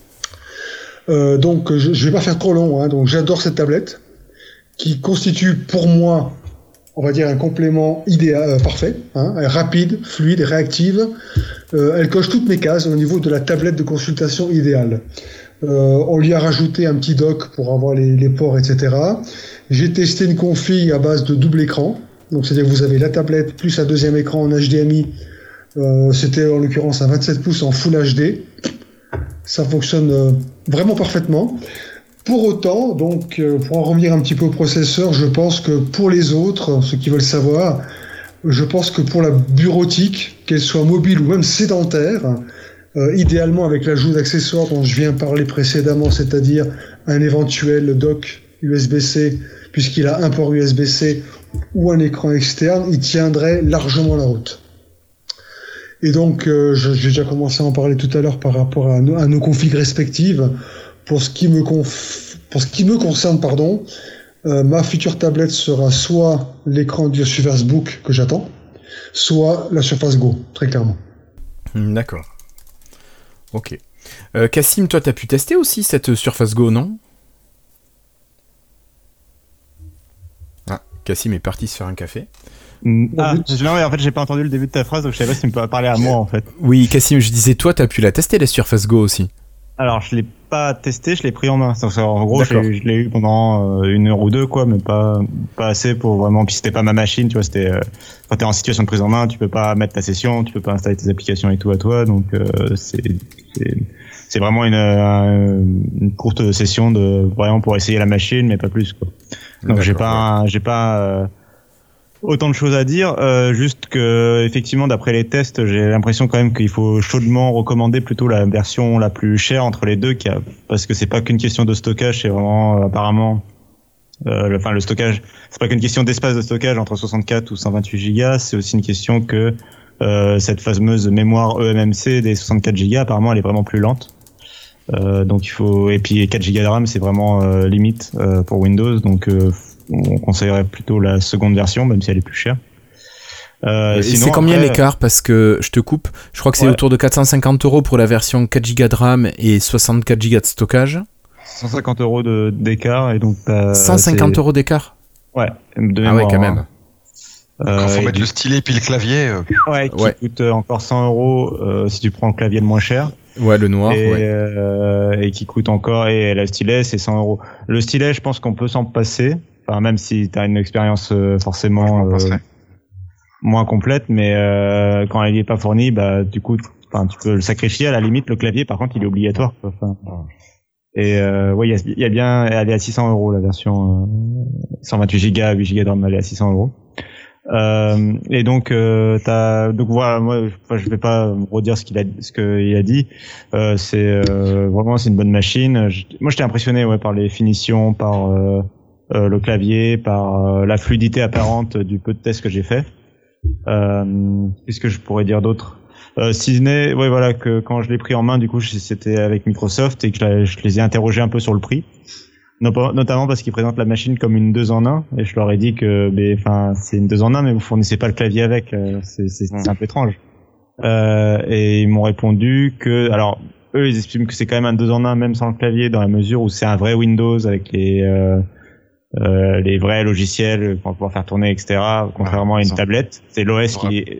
Euh, donc, je, je vais pas faire trop long, hein, donc j'adore cette tablette, qui constitue pour moi, on va dire, un complément idéal, euh, parfait, hein, rapide, fluide, réactive. Euh, elle coche toutes mes cases au niveau de la tablette de consultation idéale. Euh, on lui a rajouté un petit dock pour avoir les, les ports, et cetera. J'ai testé une config à base de double écran. Donc, c'est-à-dire que vous avez la tablette plus un deuxième écran en H D M I. Euh, c'était en l'occurrence un vingt-sept pouces en Full H D. Ça fonctionne euh, vraiment parfaitement. Pour autant, donc, euh, pour en revenir un petit peu au processeur, je pense que pour les autres, ceux qui veulent savoir, je pense que pour la bureautique, qu'elle soit mobile ou même sédentaire, euh, idéalement avec l'ajout d'accessoires dont je viens parler précédemment, c'est-à-dire un éventuel dock U S B C, puisqu'il a un port U S B C ou un écran externe, il tiendrait largement la route. Et donc, euh, j'ai déjà commencé à en parler tout à l'heure par rapport à, no, à nos configs respectives. Pour ce qui me, conf... Pour ce qui me concerne, pardon, euh, ma future tablette sera soit l'écran du Surface Book que j'attends, soit la Surface Go, très clairement. D'accord. Ok. Euh, Cassim, toi, t'as pu tester aussi cette Surface Go, non ? Ah, Cassim est parti se faire un café. Ah, non, mais en fait, j'ai pas entendu le début de ta phrase, donc je savais pas si tu me parlais à moi, en fait. Oui, Cassim, je disais, toi, t'as pu la tester, la Surface Go aussi. Alors, je l'ai pas testé, je l'ai pris en main. Donc, en gros, je l'ai, je l'ai eu pendant euh, une heure ou deux, quoi, mais pas pas assez pour vraiment. Puis c'était pas ma machine, tu vois. C'était euh, quand t'es en situation de prise en main, tu peux pas mettre ta session, tu peux pas installer tes applications et tout à toi. Donc euh, c'est c'est c'est vraiment une euh, une courte session de vraiment pour essayer la machine, mais pas plus, quoi. Donc D'accord, j'ai pas ouais. j'ai pas euh, autant de choses à dire, euh, juste que effectivement d'après les tests, j'ai l'impression quand même qu'il faut chaudement recommander plutôt la version la plus chère entre les deux, qui a, parce que c'est pas qu'une question de stockage, c'est vraiment euh, apparemment, euh, le, enfin le stockage, c'est pas qu'une question d'espace de stockage entre soixante-quatre ou cent vingt-huit gigas, c'est aussi une question que euh, cette fameuse mémoire E M M C des soixante-quatre gigas, apparemment elle est vraiment plus lente. Euh, donc il faut et puis quatre gigas de RAM c'est vraiment euh, limite euh, pour Windows, donc euh, on conseillerait plutôt la seconde version même si elle est plus chère. Euh, c'est combien après, l'écart, parce que je te coupe, je crois que c'est ouais. autour de quatre cent cinquante euros pour la version quatre gigas de RAM et soixante-quatre gigas de stockage. cent cinquante euros de, d'écart et donc euh, cent cinquante euros d'écart. Ouais. De ah ouais quand même. Euh, Quand faut mettre du... le stylet puis le clavier. Euh... Ouais, qui ouais. coûte encore cent euros euh, si tu prends le clavier le moins cher. Ouais, le noir. Et, ouais. euh, et qui coûte encore, et le stylet c'est cent euros. Le stylet, je pense qu'on peut s'en passer. Enfin, même si t'as une expérience euh, forcément euh, moins complète, mais euh, quand elle n'est pas fournie, bah du coup, enfin, tu peux le sacrifier à la limite. Le clavier, par contre, il est obligatoire. Enfin, et euh, ouais, il y a, y a bien, elle est à six cents euros la version euh, cent vingt-huit gigas, huit gigas de RAM, elle est à six cents euros. Euh, et donc, euh, t'as, donc voilà, moi, je, je vais pas redire ce qu'il a, ce qu'il a dit. Euh, c'est euh, vraiment, c'est une bonne machine. Je, moi, j'étais impressionné, ouais, par les finitions, par euh, euh, le clavier, par euh, la fluidité apparente du peu de tests que j'ai fait. Euh, qu'est-ce que je pourrais dire d'autre? Euh, si ce n'est, ouais, voilà, que quand je l'ai pris en main, du coup, c'était avec Microsoft et que je, je les ai interrogés un peu sur le prix. Notamment parce qu'ils présentent la machine comme une deux en un, et je leur ai dit que, enfin, c'est une deux en un, mais vous fournissez pas le clavier avec, c'est, c'est, c'est un peu étrange. Euh, et ils m'ont répondu que, alors, eux, ils estiment que c'est quand même un deux en un, même sans le clavier, dans la mesure où c'est un vrai Windows avec les, euh, euh, les vrais logiciels qu'on va pouvoir faire tourner, et cetera. Contrairement ouais, à une ça. tablette, c'est l'O S qui est,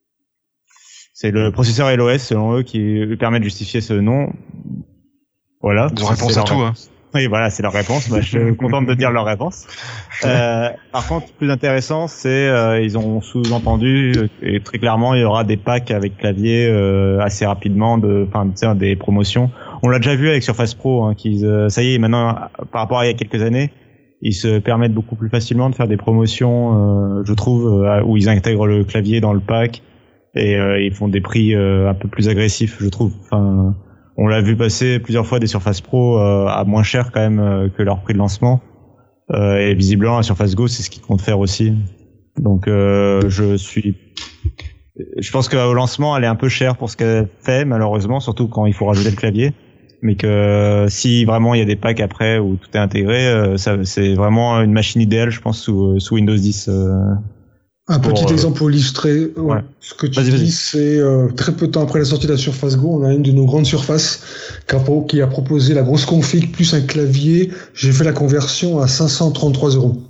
c'est le processeur et l'O S, selon eux, qui lui permet de justifier ce nom. Voilà. Ils ont réponse à tout, hein. Oui, voilà, c'est leur réponse. Bah, je suis content de dire leur réponse. Euh, par contre, plus intéressant, c'est euh, ils ont sous-entendu et très clairement, il y aura des packs avec clavier euh, assez rapidement, de, enfin, tu sais, des promotions. On l'a déjà vu avec Surface Pro, hein, qu'ils, euh, ça y est, maintenant, par rapport à il y a quelques années, ils se permettent beaucoup plus facilement de faire des promotions, euh, je trouve, euh, où ils intègrent le clavier dans le pack et euh, ils font des prix euh, un peu plus agressifs, je trouve. Enfin. On l'a vu passer plusieurs fois des Surface Pro euh, à moins cher quand même euh, que leur prix de lancement. Euh, et visiblement, la Surface Go, c'est ce qu'ils comptent faire aussi. Donc, euh, je suis, je pense qu'au lancement, elle est un peu chère pour ce qu'elle fait, malheureusement, surtout quand il faut rajouter le clavier. Mais que si vraiment il y a des packs après où tout est intégré, euh, ça, c'est vraiment une machine idéale, je pense, sous, sous Windows dix. Euh, Un pour, petit euh, exemple pour illustrer ouais. Ouais. Ce que tu vas-y, dis, vas-y. c'est euh, très peu de temps après la sortie de la Surface Go, on a une de nos grandes surfaces qui a proposé la grosse config plus un clavier. J'ai fait la conversion à cinq cent trente-trois euros.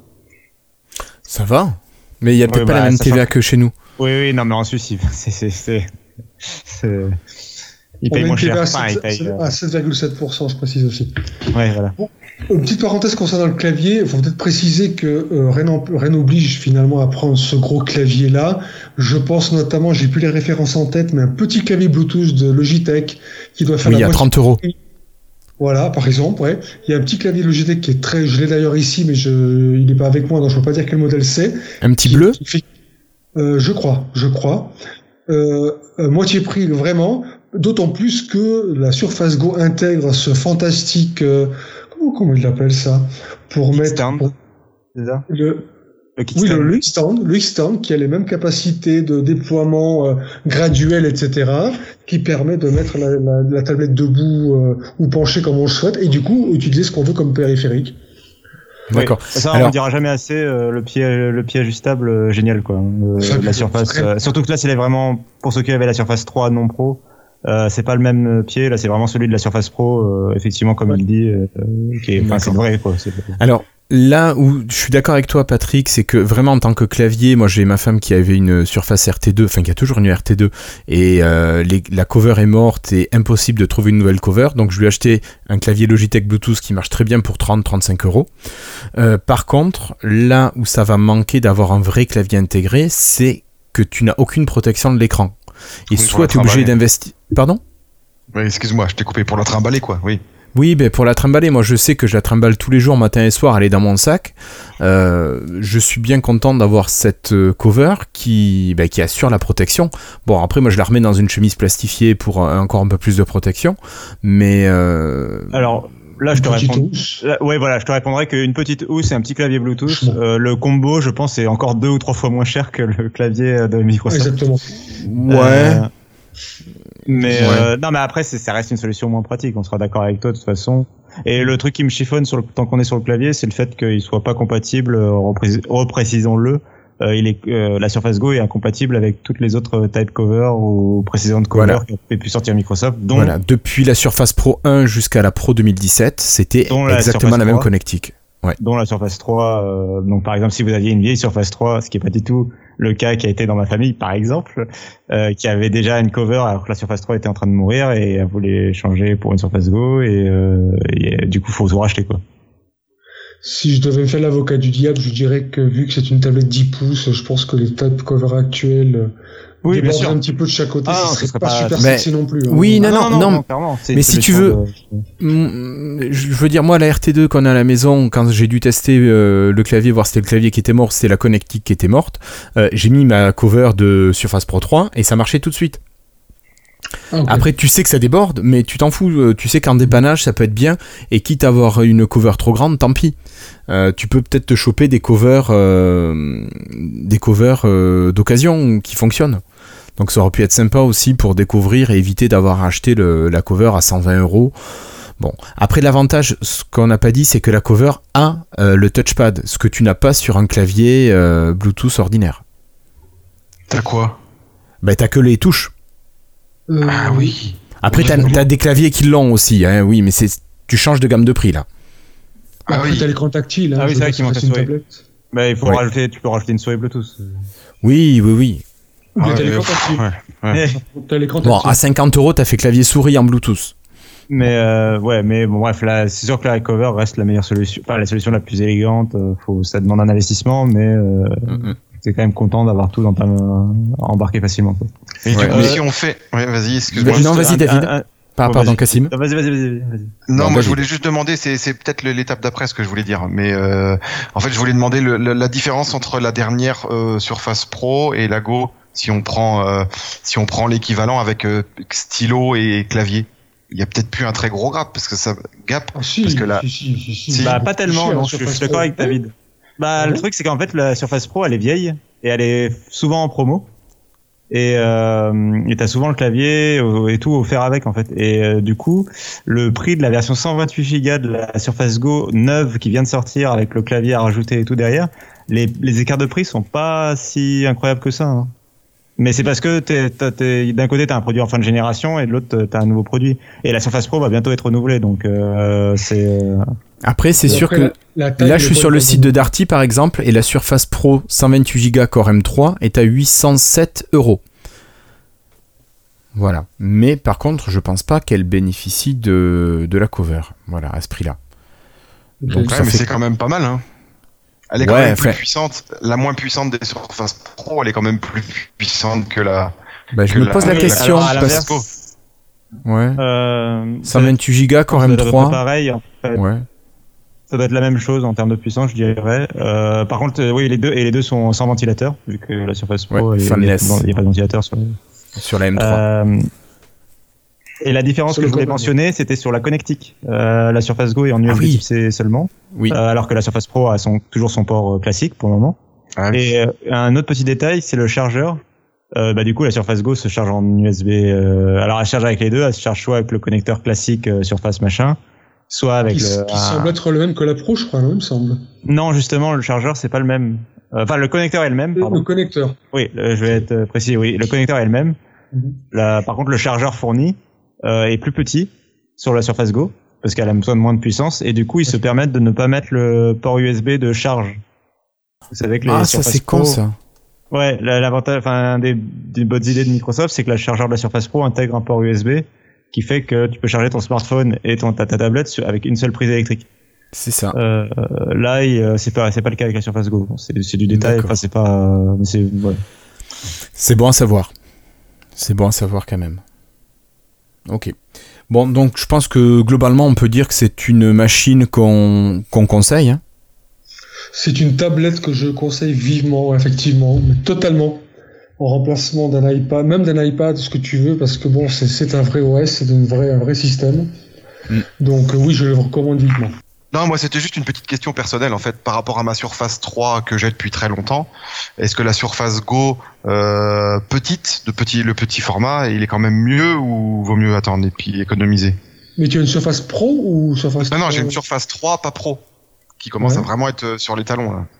Ça va, mais il y a peut-être ouais, pas bah, la même T V A que chez nous. Oui, oui, non, mais en Suisse, c'est, c'est, c'est, c'est... ils payent moins cher. À, enfin, sept, paye, à sept virgule sept pour cent, je précise aussi. Ouais, voilà. Bon. Une petite parenthèse concernant le clavier, il faut peut-être préciser que euh, rien, rien n'oblige finalement à prendre ce gros clavier-là. Je pense notamment, j'ai plus les références en tête, mais un petit clavier Bluetooth de Logitech qui doit faire oui, la à trente euros. Voilà, par exemple, ouais. Il y a un petit clavier Logitech qui est très, je l'ai d'ailleurs ici, mais je, il n'est pas avec moi, donc je peux pas dire quel modèle c'est. Un petit qui, bleu qui fait, euh, Je crois, je crois. Euh, euh, moitié prix, vraiment. D'autant plus que la Surface Go intègre ce fantastique, euh, comment, comment il appelle ça, pour mettre stand, pour, c'est ça le, le oui, le, le X-Stand, le X-Stand qui a les mêmes capacités de déploiement euh, graduel, et cetera, qui permet de mettre la, la, la tablette debout euh, ou penchée comme on le souhaite, et du coup utiliser ce qu'on veut comme périphérique. D'accord. Oui, ça, Alors, on dira jamais assez euh, le pied, le pied ajustable, euh, génial quoi. Euh, la Surface, euh, surtout que là, c'est vraiment pour ceux qui avaient la Surface trois non pro. Euh, c'est pas le même pied, là c'est vraiment celui de la Surface Pro, euh, effectivement comme ouais. il dit, euh, qui est, enfin c'est vrai quoi. C'est... Alors là où je suis d'accord avec toi Patrick, c'est que vraiment en tant que clavier, moi j'ai ma femme qui avait une Surface R T deux, enfin qui a toujours une R T deux, et euh, les, la cover est morte et impossible de trouver une nouvelle cover, donc je lui ai acheté un clavier Logitech Bluetooth qui marche très bien pour trente à trente-cinq euros. Euh, par contre, là où ça va manquer d'avoir un vrai clavier intégré, c'est que tu n'as aucune protection de l'écran. Et oui, soit tu es obligé d'investir... Pardon ? Oui, excuse-moi, je t'ai coupé pour la trimballer, quoi, oui. Oui, ben pour la trimballer, moi je sais que je la trimballe tous les jours, matin et soir, elle est dans mon sac. Euh, je suis bien content d'avoir cette cover qui, ben, qui assure la protection. Bon, après moi je la remets dans une chemise plastifiée pour encore un peu plus de protection, mais... Euh... Alors... Là, je te réponds. Là, ouais, voilà, je te répondrai qu'une petite housse et un petit clavier Bluetooth. Euh, le combo, je pense, est encore deux ou trois fois moins cher que le clavier de Microsoft. Exactement. Ouais. Euh... Mais Ouais. euh, non, mais après, c'est, ça reste une solution moins pratique. On sera d'accord avec toi de toute façon. Et le truc qui me chiffonne sur le, tant qu'on est sur le clavier, c'est le fait qu'il soit pas compatible. euh, repré- Reprécisons-le. Euh, il est, euh, la Surface Go est incompatible avec toutes les autres type cover ou précédentes cover Voilà. qui ont pu sortir Microsoft. Dont, Voilà, depuis la Surface Pro un jusqu'à la Pro deux mille dix-sept, c'était Dont la exactement Surface la même trois. connectique. Ouais. dont la Surface trois. Euh, donc par exemple, si vous aviez une vieille Surface trois, ce qui est pas du tout le cas qui a été dans ma famille, par exemple, euh, qui avait déjà une cover alors que la Surface trois était en train de mourir et elle voulait changer pour une Surface Go et, euh, et du coup, faut tout racheter quoi. Si je devais me faire l'avocat du diable, je dirais que vu que c'est une tablette dix pouces, je pense que les type cover actuels Oui, bien débordent sûr. un petit peu de chaque côté, Ah, ce non, serait ce serait pas, pas- super Mais- sexy non plus. hein. Oui, non, non, non, clairement. C'est mais une si tu solution veux- de- Mm, Je veux dire, moi, la R T deux qu'on a à la maison, quand j'ai dû tester euh, le clavier, voir si c'était le clavier qui était mort, c'était la connectique qui était morte, euh, j'ai mis ma cover de Surface Pro trois et ça marchait tout de suite. Ah, ok. Après, tu sais que ça déborde, mais tu t'en fous. euh, Tu sais qu'en dépannage, ça peut être bien. Et quitte à avoir une cover trop grande, tant pis. Euh, tu peux peut-être te choper des covers, euh, des covers euh, d'occasion qui fonctionnent. Donc ça aurait pu être sympa aussi pour découvrir et éviter d'avoir acheté le, la cover à cent vingt euros. Bon, après l'avantage, ce qu'on n'a pas dit, c'est que la cover a euh, le touchpad, ce que tu n'as pas sur un clavier euh, Bluetooth ordinaire. T'as quoi? Bah t'as que les touches. Euh, Ah oui. Après t'as, t'as des claviers qui l'ont aussi, hein, oui, mais c'est, tu changes de gamme de prix là. Ah Après, oui. t'as l'écran tactile. Hein, Ah oui, je c'est veux vrai dire, qu'il manque c'est la une souris. tablette. Bah, il faut Ouais. rajouter, tu peux rajouter une souris Bluetooth. Oui, oui, oui. Ou bien Ah, t'as mais, l'écran pff, tactile. ouais, ouais. Mais, T'as l'écran Bon, tactile. à cinquante euros, t'as fait clavier souris en Bluetooth. mais euh, ouais, mais bon, bref, là, c'est sûr que la cover reste la meilleure solution, enfin la solution la plus élégante. euh, Faut, ça demande un investissement, mais euh, Mm-mm. t'es quand même content d'avoir tout dans ta main, embarqué facilement. Quoi. Et Ouais, du coup, mais- si on fait, ouais, vas-y, excuse-moi. Vas-y, non, Juste vas-y, un- David. un- un- Par, bon, pardon, vas-y. Cassim. Non, Vas-y, vas-y, vas-y, vas-y. Non, Bon, moi vas-y. je voulais juste demander, c'est, c'est peut-être le- l'étape d'après ce que je voulais dire, mais euh, en fait je voulais demander le, le- la différence entre la dernière euh, Surface Pro et la Go, si on prend euh, si on prend l'équivalent avec euh, stylo et clavier. Il y a peut-être plus un très gros gap parce que ça gap. Ah, si, parce que là- si, si, si, si. Si. Bah, Beaucoup pas plus tellement, cher, non, la je, suis- je Surface suis d'accord Pro. avec David. Bah, Ah le bon truc, c'est qu'en fait, la Surface Pro, elle est vieille et elle est souvent en promo. Et euh, et t'as souvent le clavier euh, et tout offert avec, en fait. Et euh, du coup, le prix de la version cent vingt-huit gigas de la Surface Go neuve qui vient de sortir avec le clavier à rajouter et tout derrière, les, les écarts de prix sont pas si incroyables que ça. Hein. Mais c'est parce que t'es, t'as- t'es, d'un côté, t'as un produit en fin de génération et de l'autre, t'as un nouveau produit. Et la Surface Pro va bientôt être renouvelée, donc euh, c'est... euh, Après, c'est Et sûr après, que la- la taille là, est je suis bonne sur le pour site de Darty, par exemple, et la Surface Pro cent vingt-huit gigas Core M trois est à huit cent sept euros. Voilà. Mais par contre, je pense pas qu'elle bénéficie de, de la cover. Voilà, à ce prix-là. Ok. Donc, Ouais, ça mais fait- c'est quand même pas mal, hein. Elle est quand Ouais, même plus enfin- puissante. La moins puissante des Surface Pro, elle est quand même plus puissante que la. Bah, je que me la- pose la que question. alors, à parce- l'inverse, Ouais. euh, cent vingt-huit gigas Core ça M doit être à peu près trois. pareil, en fait. Ouais. Ça doit être la même chose en termes de puissance, je dirais. Euh, par contre, euh, oui, les deux et les deux sont sans ventilateur, vu que la Surface Pro, Ouais, il n'y fanless. a pas de ventilateur. Sur... Sur la M trois. Euh, et la différence Sur que le je voulais commun. mentionner, c'était sur la connectique. Euh, la Surface Go est en U S B Ah oui. Type C seulement, Oui. euh, alors que la Surface Pro a son, toujours son port euh, classique pour le moment. Ah oui. Et euh, un autre petit détail, c'est le chargeur. Euh, bah, du coup, la Surface Go se charge en U S B. Euh, alors, elle charge avec les deux. Elle se charge soit avec le connecteur classique euh, Surface machin, soit avec Qui, le. qui un- semble être le même que la Pro, je crois, non, il me semble. Non, justement, le chargeur c'est pas le même. Euh, Enfin, le connecteur est le même. Le Pardon. connecteur. Oui, le- je vais être euh, précis. Oui, le connecteur est le même. Mhm. La- par contre, le chargeur fourni euh, est plus petit sur la Surface Go parce qu'elle a besoin de moins de puissance et du coup, ils se permettent de ne pas mettre le port U S B de charge. Vous savez que les Ah, ça Surface c'est con Pro- ça. Ouais, la- l'avantage, enfin, un des, des bonnes idées de Microsoft, c'est que le chargeur de la Surface Pro intègre un port U S B qui fait que tu peux charger ton smartphone et ton, ta, ta tablette sur- avec une seule prise électrique. C'est ça. Euh, euh, là, il, euh, c'est pas, c'est pas le cas avec la Surface Go. Bon, C'est, c'est du détail. D'accord. Enfin, c'est pas, euh, mais c'est, ouais. C'est bon à savoir. C'est bon à savoir quand même. Ok. Bon, donc je pense que globalement, on peut dire que c'est une machine qu'on qu'on conseille. Hein. C'est une tablette que je conseille vivement, effectivement, mais totalement. En remplacement d'un iPad, même d'un iPad, ce que tu veux, parce que bon, c'est, c'est un vrai O S, c'est un vrai, un vrai système. Mm. Donc euh, oui, je le recommande vivement. Non, moi c'était juste une petite question personnelle en fait par rapport à ma Surface trois que j'ai depuis très longtemps. Est-ce que la Surface Go euh, petite, de petit, le petit format, il est quand même mieux ou vaut mieux attendre et puis économiser? Mais tu as une Surface Pro ou Surface? Non, non, j'ai une Surface trois, pas Pro, qui commence ouais. à vraiment être sur les talons là.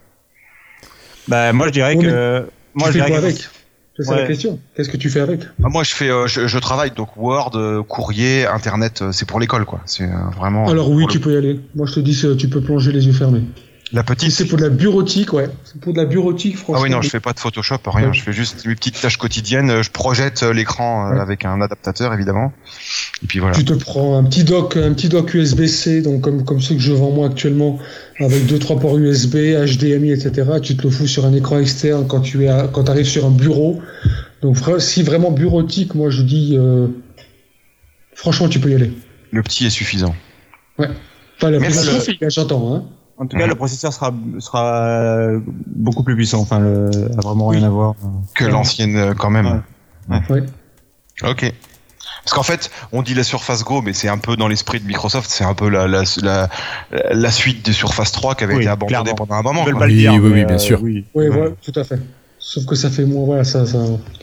Bah moi je dirais oui, que moi je dirais dirais que avec. C'est ouais. la question. Qu'est-ce que tu fais avec? Ah, moi, je fais, euh, je, je travaille donc Word, euh, courrier, Internet. Euh, c'est pour l'école, quoi. C'est euh, vraiment. Alors oui, tu le... peux y aller. Moi, je te dis, tu peux plonger les yeux fermés. La petite. Si c'est pour de la bureautique, ouais. C'est pour de la bureautique, franchement. Ah oui, non, je fais pas de Photoshop, rien. Ouais. Je fais juste mes petites tâches quotidiennes. Je projette l'écran euh, ouais. avec un adaptateur, évidemment. Et puis voilà. Tu te prends un petit dock, un petit dock U S B-C, donc comme comme ceux que je vends moi actuellement, avec deux trois ports U S B, H D M I, et cetera. Tu te le fous sur un écran externe quand tu es à, quand t'arrives sur un bureau. Donc si vraiment bureautique, moi je dis, euh, franchement, tu peux y aller. Le petit est suffisant. Ouais. Pas la Merci. Le... j'entends. Hein. En tout cas, mmh. le processeur sera sera beaucoup plus puissant. Enfin, le, a vraiment rien oui. à voir. Que ouais. l'ancienne, quand même. Ouais. ouais. Ok. Parce qu'en fait, on dit la Surface Go, mais c'est un peu dans l'esprit de Microsoft, c'est un peu la la la, la suite des Surface trois qui avait oui, été abandonnée clairement. pendant un moment. Quoi. Pas le dire, oui, oui, oui, bien euh, sûr. Oui, oui ouais. voilà, tout à fait. Sauf que ça fait moins, voilà, ça, ça.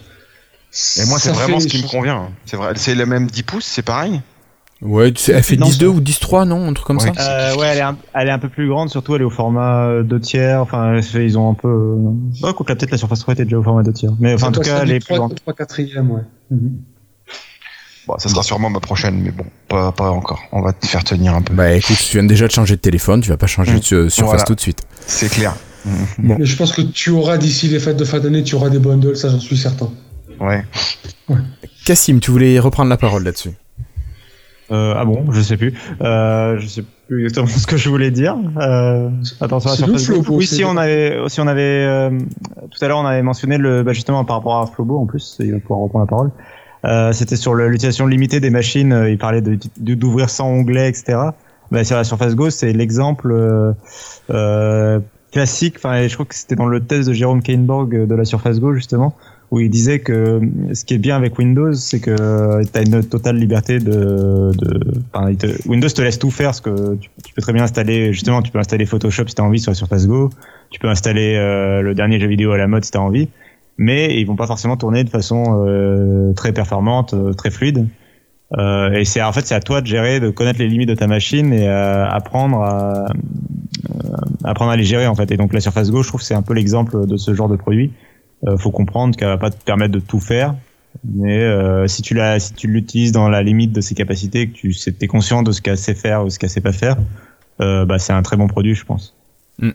Et moi, c'est vraiment ce qui me convient. C'est vrai, c'est la même dix pouces, c'est pareil. Ouais, c'est, elle fait dix deux ou dix trois, non, un truc comme ouais. ça. Euh, ouais, elle est, un, elle est un peu plus grande, surtout elle est au format deux tiers. Enfin, ils ont un peu. Ouais, quoi que là, peut-être la Surface trois était déjà au format deux tiers. Mais enfin, en tout cas, elle est plus grande. trois quatrième, ouais. Mm-hmm. Bon, ça sera sûrement ma prochaine, mais bon, pas, pas encore. On va te faire tenir un peu. Bah écoute, tu viens déjà de changer de téléphone, tu vas pas changer mmh. de Surface voilà. tout de suite. C'est clair. Mmh. Bon. Mais je pense que tu auras d'ici les fêtes de fin d'année, tu auras des bundles, ça j'en suis certain. Ouais. ouais. Cassim, tu voulais reprendre la parole là-dessus. Euh, ah bon, je sais plus. Euh, je sais plus exactement ce que je voulais dire. Euh, attends, sur la Surface Go. Oui, si on avait, si on avait, euh, tout à l'heure on avait mentionné le, bah justement par rapport à Flobo en plus, il va pouvoir reprendre la parole. Euh, c'était sur le, l'utilisation limitée des machines. Euh, il parlait de, de, d'ouvrir sans onglet, et cetera. Bah, sur la Surface Go, c'est l'exemple euh, euh, classique. Enfin, je crois que c'était dans le test de Jérôme Kainborg de la Surface Go justement, où il disait que ce qui est bien avec Windows, c'est que tu as une totale liberté de. de enfin, te, Windows te laisse tout faire, parce que tu, tu peux très bien installer. Justement, tu peux installer Photoshop si tu as envie sur la Surface Go. Tu peux installer euh, le dernier jeu vidéo à la mode si tu as envie. Mais ils vont pas forcément tourner de façon euh, très performante, euh, très fluide. Euh, et c'est en fait c'est à toi de gérer, de connaître les limites de ta machine et euh, apprendre à euh, apprendre à les gérer en fait. Et donc la Surface Go, je trouve que c'est un peu l'exemple de ce genre de produit. Euh, faut comprendre qu'elle va pas te permettre de tout faire, mais euh, si tu la si tu l'utilises dans la limite de ses capacités, que tu es conscient de ce qu'elle sait faire ou ce qu'elle sait pas faire, euh, bah c'est un très bon produit, je pense. Mm.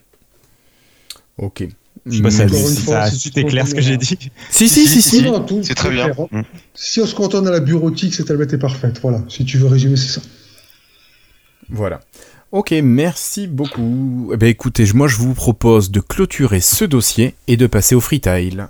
Ok. Je sais pas si, si ça, si c'était clair ce que j'ai dit. Si, si, si, si. Non, tout, c'est très bien. Mmh. Si on se contente à la bureautique, cette tablette est parfaite. Voilà. Si tu veux résumer, c'est ça. Voilà. Ok, merci beaucoup. Eh bien, écoutez, moi, je vous propose de clôturer ce dossier et de passer au freetile.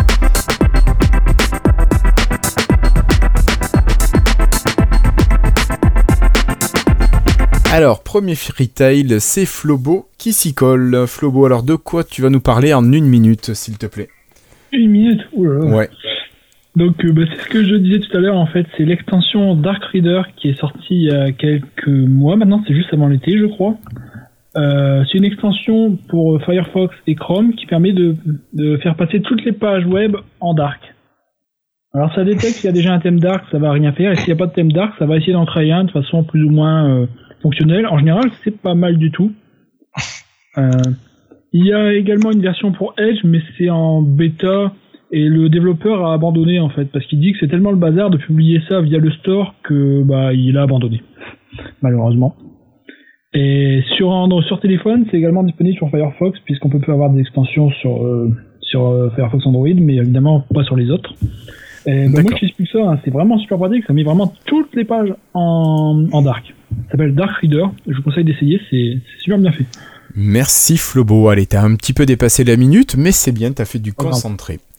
Alors, premier freetile, c'est Flobo qui s'y colle. Flobo, alors de quoi tu vas nous parler en une minute, s'il te plaît? Une minute? Oula. Ouais. Donc, euh, bah, c'est ce que je disais tout à l'heure, en fait, c'est l'extension Dark Reader qui est sortie il y a quelques mois, maintenant, c'est juste avant l'été, je crois. Euh, c'est une extension pour Firefox et Chrome qui permet de, de faire passer toutes les pages web en dark. Alors, ça détecte s'il y a déjà un thème dark, ça va rien faire, et s'il n'y a pas de thème dark, ça va essayer d'en créer un de façon plus ou moins... Euh, fonctionnel. En général, c'est pas mal du tout. Euh, il y a également une version pour Edge, mais c'est en bêta et le développeur a abandonné en fait parce qu'il dit que c'est tellement le bazar de publier ça via le store que bah il a abandonné malheureusement. Et sur sur téléphone, c'est également disponible sur Firefox puisqu'on peut avoir des extensions sur euh, sur euh, Firefox Android, mais évidemment pas sur les autres. Et bah, moi je t'explique ça, hein, c'est vraiment super pratique, ça met vraiment toutes les pages en, en dark. Ça s'appelle Dark Reader, je vous conseille d'essayer, c'est, c'est super bien fait. Merci Flobo, allez, t'as un petit peu dépassé la minute, mais c'est bien, t'as fait du concentré.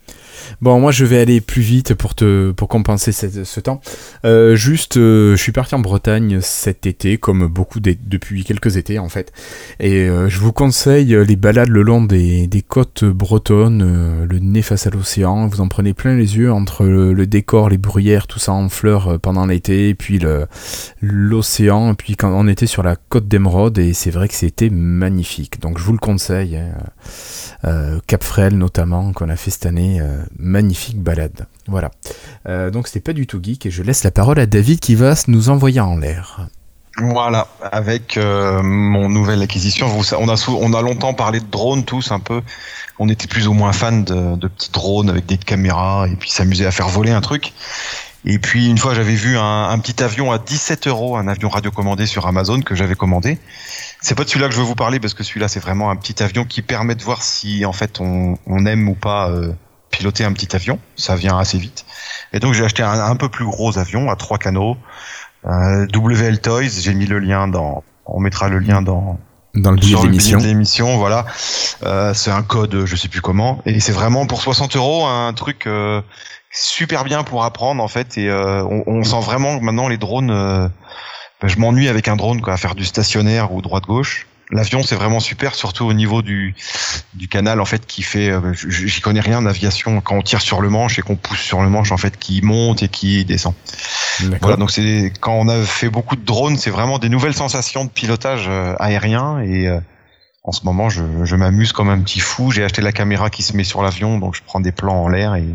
Bon, moi je vais aller plus vite pour te pour compenser ce, ce temps. Euh, juste, euh, je suis parti en Bretagne cet été, comme beaucoup des, depuis quelques étés en fait. Et euh, je vous conseille les balades le long des, des côtes bretonnes, euh, le nez face à l'océan. Vous en prenez plein les yeux entre le, le décor, les bruyères, tout ça en fleurs pendant l'été, et puis le, l'océan. Et puis quand on était sur la côte d'Émeraude, et c'est vrai que c'était magnifique. Donc je vous le conseille. Hein. Euh, Cap Fresle notamment qu'on a fait cette année, euh, magnifique balade. Voilà. Euh, donc c'était pas du tout geek et je laisse la parole à David qui va nous envoyer en l'air. Voilà, avec euh, mon nouvelle acquisition, on a sou- on a longtemps parlé de drones tous un peu. On était plus ou moins fans de, de petits drones avec des caméras et puis s'amuser à faire voler un truc. Et puis une fois j'avais vu un, un petit avion à dix-sept euros, un avion radiocommandé sur Amazon que j'avais commandé. C'est pas de celui-là que je veux vous parler parce que celui-là c'est vraiment un petit avion qui permet de voir si en fait on, on aime ou pas euh, piloter un petit avion. Ça vient assez vite. Et donc j'ai acheté un, un peu plus gros avion à trois canaux, euh, W L Toys. J'ai mis le lien dans, on mettra le lien dans dans le billet sur de le l'émission. billet de l'émission, voilà. Euh, c'est un code, je sais plus comment, et c'est vraiment pour soixante euros un truc euh, super bien pour apprendre en fait. Et euh, on, on sent vraiment que maintenant les drones. Euh, Ben, je m'ennuie avec un drone quoi, à faire du stationnaire ou droite-gauche. L'avion c'est vraiment super, surtout au niveau du du canal en fait qui fait. Euh, j'y connais rien en aviation. Quand on tire sur le manche et qu'on pousse sur le manche en fait, qui monte et qui descend. D'accord. Voilà, donc c'est quand on a fait beaucoup de drones, c'est vraiment des nouvelles sensations de pilotage euh, aérien et euh, en ce moment je, je m'amuse comme un petit fou. J'ai acheté la caméra qui se met sur l'avion, donc je prends des plans en l'air et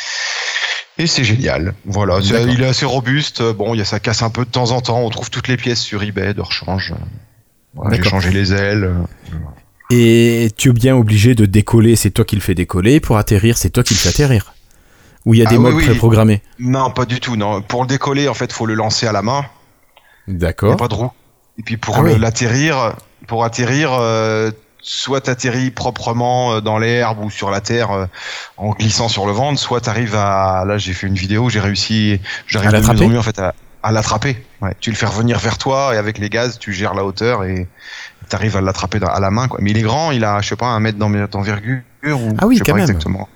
Et c'est génial. Voilà, c'est, il est assez robuste. Bon, il y a ça casse un peu de temps en temps. On trouve toutes les pièces sur eBay de rechange. Voilà, j'ai changé les ailes. Et tu es bien obligé de décoller, c'est toi qui le fais décoller. Pour atterrir, c'est toi qui le fais atterrir. Ou il y a des ah, modes oui, oui. préprogrammés? Non, pas du tout. Non, pour le décoller, en fait, faut le lancer à la main. D'accord. Il n'y a pas de roue. Et puis pour ah, le, oui. l'atterrir, pour atterrir. Euh, soit t'atterris proprement dans l'herbe ou sur la terre euh, en glissant sur le ventre, soit t'arrives à... Là, j'ai fait une vidéo où j'ai réussi... J'arrive de mieux en mieux, en fait, à, à l'attraper. Ouais. Tu le fais revenir vers toi et avec les gaz, tu gères la hauteur et t'arrives à l'attraper à la main, quoi. Mais il est grand, il a, je sais pas, un mètre d'envergure ou... Ah oui, je sais quand pas même. Exactement.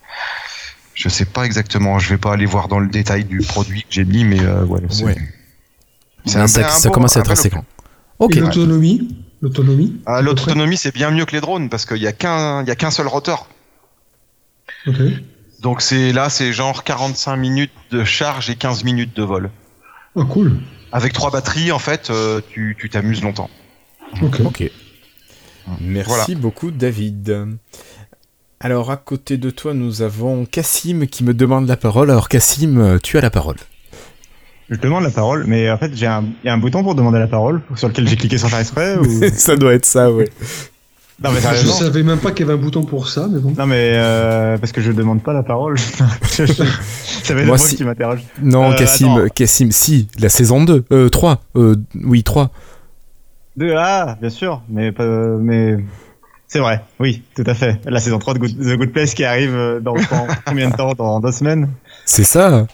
Je sais pas exactement. Je vais pas aller voir dans le détail du produit que j'ai mis, mais euh, ouais, c'est... Ouais. C'est un, ça, un ça beau, commence à être assez grand. Ok. Et l'autonomie L'autonomie ah, L'autonomie, c'est bien mieux que les drones parce qu'il y a qu'un, il y a qu'un seul rotor. Ok. Donc c'est là, c'est genre quarante-cinq minutes de charge et quinze minutes de vol. Ah, cool. Avec trois batteries, en fait, euh, tu, tu t'amuses longtemps. Ok. Ok. Merci voilà. beaucoup, David. Alors, à côté de toi, nous avons Cassim qui me demande la parole. Alors, Cassim, tu as la parole. Je demande la parole, mais en fait, il y a un bouton pour demander la parole, sur lequel j'ai cliqué sans faire exprès ou... Ça doit être ça, ouais. Non, mais je savais même pas qu'il y avait un bouton pour ça, mais bon. Non, mais euh, parce que je demande pas la parole. Ça va moi être si... qui m'interroge. Non, euh, Cassim, Cassim, si, la saison deux, euh, trois, euh, oui, trois. deux, ah, bien sûr, mais pas, mais... C'est vrai, oui, tout à fait. La saison trois de Good, The Good Place qui arrive dans, dans combien de temps? Dans deux semaines? C'est ça.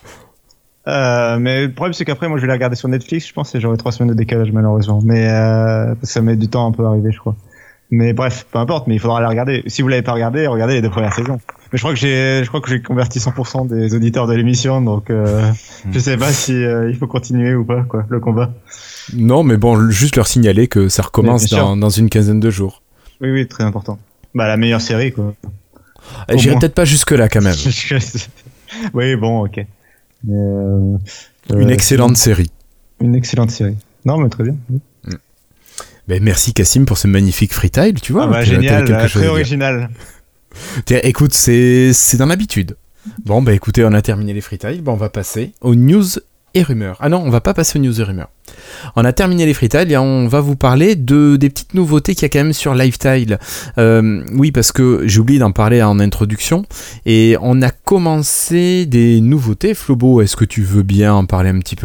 Euh, mais le problème c'est qu'après moi je vais la regarder sur Netflix, je pense, et j'aurai trois semaines de décalage malheureusement. Mais euh, parce que ça met du temps un peu à arriver, je crois. Mais bref, peu importe, mais il faudra la regarder. Si vous l'avez pas regardé, regardez les deux premières saisons. Mais je crois que j'ai, je crois que j'ai converti cent pour cent des auditeurs de l'émission, donc euh, je sais pas si euh, il faut continuer ou pas, quoi, le combat. Non, mais bon, juste leur signaler que ça recommence dans, dans une quinzaine de jours. Oui, oui, très important. Bah la meilleure série, quoi. J'irai peut-être pas jusque là quand même. Oui, bon, ok. Mais euh, une euh, excellente série. Une excellente série. Non, mais très bien. Oui. Ben, merci Cassim pour ce magnifique freetile, tu vois. Ah bah, génial, quelque chose très original. Tiens, écoute, c'est, c'est dans l'habitude. Bon, bah écoutez, on a terminé les freetiles. Bon, on va passer aux news et rumeurs. Ah non, on va pas passer aux news et rumeurs. On a terminé les freetiles et on va vous parler de, des petites nouveautés qu'il y a quand même sur Lifetile. Euh, oui, parce que j'ai oublié d'en parler en introduction. Et on a commencé des nouveautés. Flobo, est-ce que tu veux bien en parler un petit peu ?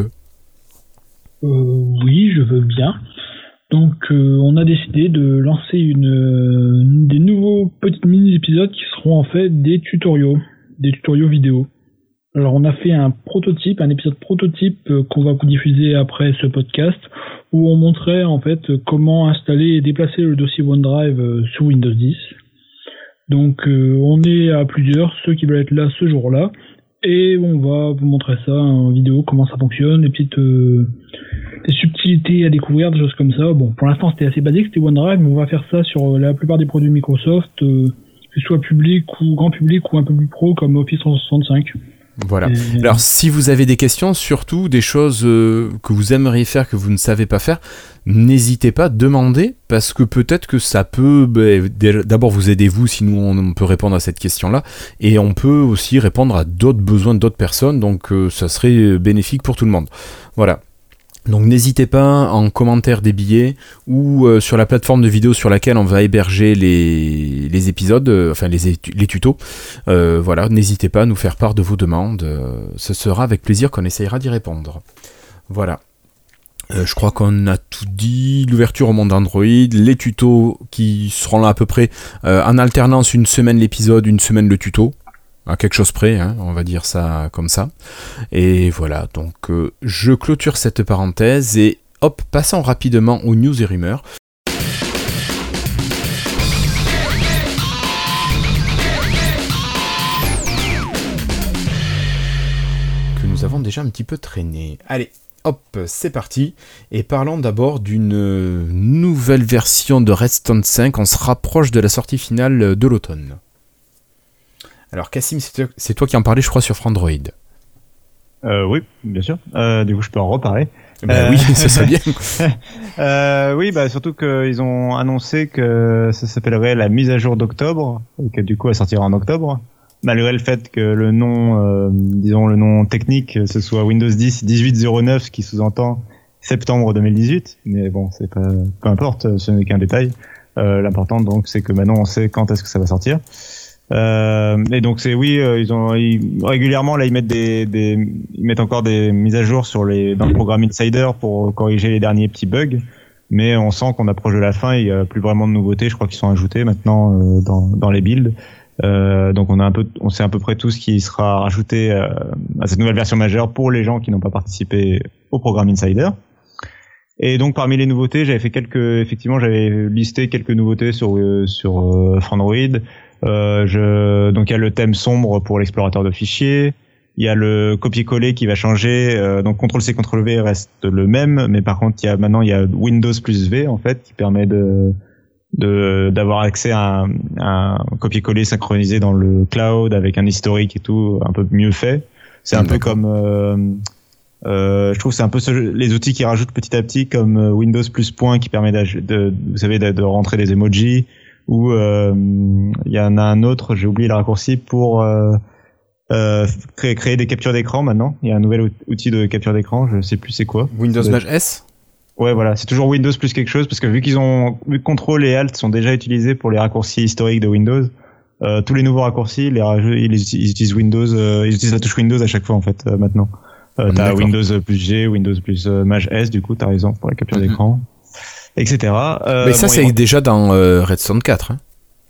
euh, Oui, je veux bien. Donc, euh, on a décidé de lancer une, une des nouveaux petits mini-épisodes qui seront en fait des tutoriaux, des tutoriaux vidéo. Alors, on a fait un prototype, un épisode prototype euh, qu'on va vous diffuser après ce podcast, où on montrait en fait comment installer et déplacer le dossier OneDrive euh, sous Windows dix. Donc euh, on est à plusieurs, ceux qui veulent être là ce jour-là, et on va vous montrer ça en vidéo, comment ça fonctionne, les petites euh, des subtilités à découvrir, des choses comme ça. Bon, pour l'instant c'était assez basique, c'était OneDrive, mais on va faire ça sur la plupart des produits Microsoft, euh, que ce soit public ou grand public ou un peu plus pro comme Office trois cent soixante-cinq. Voilà. Et... Alors, si vous avez des questions, surtout des choses euh, que vous aimeriez faire, que vous ne savez pas faire, n'hésitez pas, demandez, parce que peut-être que ça peut bah, d'abord vous aider vous, si nous on peut répondre à cette question-là, et on peut aussi répondre à d'autres besoins d'autres personnes, donc euh, ça serait bénéfique pour tout le monde. Voilà. Donc n'hésitez pas en commentaire des billets ou euh, sur la plateforme de vidéo sur laquelle on va héberger les, les épisodes, euh, enfin les, étu- les tutos. Euh, voilà, n'hésitez pas à nous faire part de vos demandes. Euh, ce sera avec plaisir qu'on essayera d'y répondre. Voilà. Euh, je crois qu'on a tout dit. L'ouverture au monde Android, les tutos qui seront là à peu près euh, en alternance, une semaine l'épisode, une semaine le tuto. À quelque chose près, hein, on va dire ça comme ça. Et voilà, donc euh, je clôture cette parenthèse et hop, passons rapidement aux news et rumeurs. Que nous avons déjà un petit peu traîné. Allez, hop, c'est parti. Et parlons d'abord d'une nouvelle version de Redstone cinq. On se rapproche de la sortie finale de l'automne. Alors Cassim, c'est, c'est toi qui en parlais, je crois, sur Frandroid. Euh, oui, bien sûr. Euh, du coup, je peux en reparler. Ben euh... oui, ça serait bien. euh, oui, bah surtout qu'ils ont annoncé que ça s'appellerait la mise à jour d'octobre, et que du coup, elle sortira en octobre, malgré le fait que le nom, euh, disons le nom technique, ce soit Windows dix dix-huit zéro neuf, ce qui sous-entend septembre deux mille dix-huit. Mais bon, c'est pas, peu importe, ce n'est qu'un détail. Euh, l'important donc, c'est que maintenant, on sait quand est-ce que ça va sortir. Euh, et donc c'est oui, euh, ils ont ils, régulièrement là ils mettent des, des ils mettent encore des mises à jour sur les dans le programme Insider pour corriger les derniers petits bugs, mais on sent qu'on approche de la fin, il y a plus vraiment de nouveautés, je crois qu'ils sont ajoutés maintenant euh, dans dans les builds. Euh, donc on a un peu on sait à peu près tout ce qui sera rajouté euh, à cette nouvelle version majeure pour les gens qui n'ont pas participé au programme Insider. Et donc parmi les nouveautés, j'avais fait quelques effectivement j'avais listé quelques nouveautés sur euh, sur euh, Frandroid. Euh, je, donc il y a le thème sombre pour l'explorateur de fichiers, il y a le copier-coller qui va changer, euh, donc contrôle C, contrôle V reste le même, mais par contre il y a maintenant il y a Windows plus V en fait qui permet de, de d'avoir accès à un, à un copier-coller synchronisé dans le cloud avec un historique et tout un peu mieux fait. C'est un mmh, peu d'accord. comme euh, euh, je trouve que c'est un peu ce, les outils qui rajoutent petit à petit comme Windows plus point qui permet de, de vous savez de, de rentrer des emojis. Ou il euh, y en a un autre, j'ai oublié le raccourci pour euh, euh, créer, créer des captures d'écran maintenant. Il y a un nouvel outil de capture d'écran, je sais plus c'est quoi. Windows de... Maj S. Ouais, voilà, c'est toujours Windows plus quelque chose parce que vu qu'ils ont vu que Control et Alt sont déjà utilisés pour les raccourcis historiques de Windows, euh, tous les nouveaux raccourcis, les, ils, ils utilisent Windows, euh, ils utilisent la touche Windows à chaque fois en fait euh, maintenant. Euh, t'as D'accord. Windows plus G, Windows plus euh, Maj S, du coup t'as raison pour la capture mm-hmm. d'écran. Etc. Euh, Mais ça, bon, c'est déjà dans euh, Redstone quatre. Hein.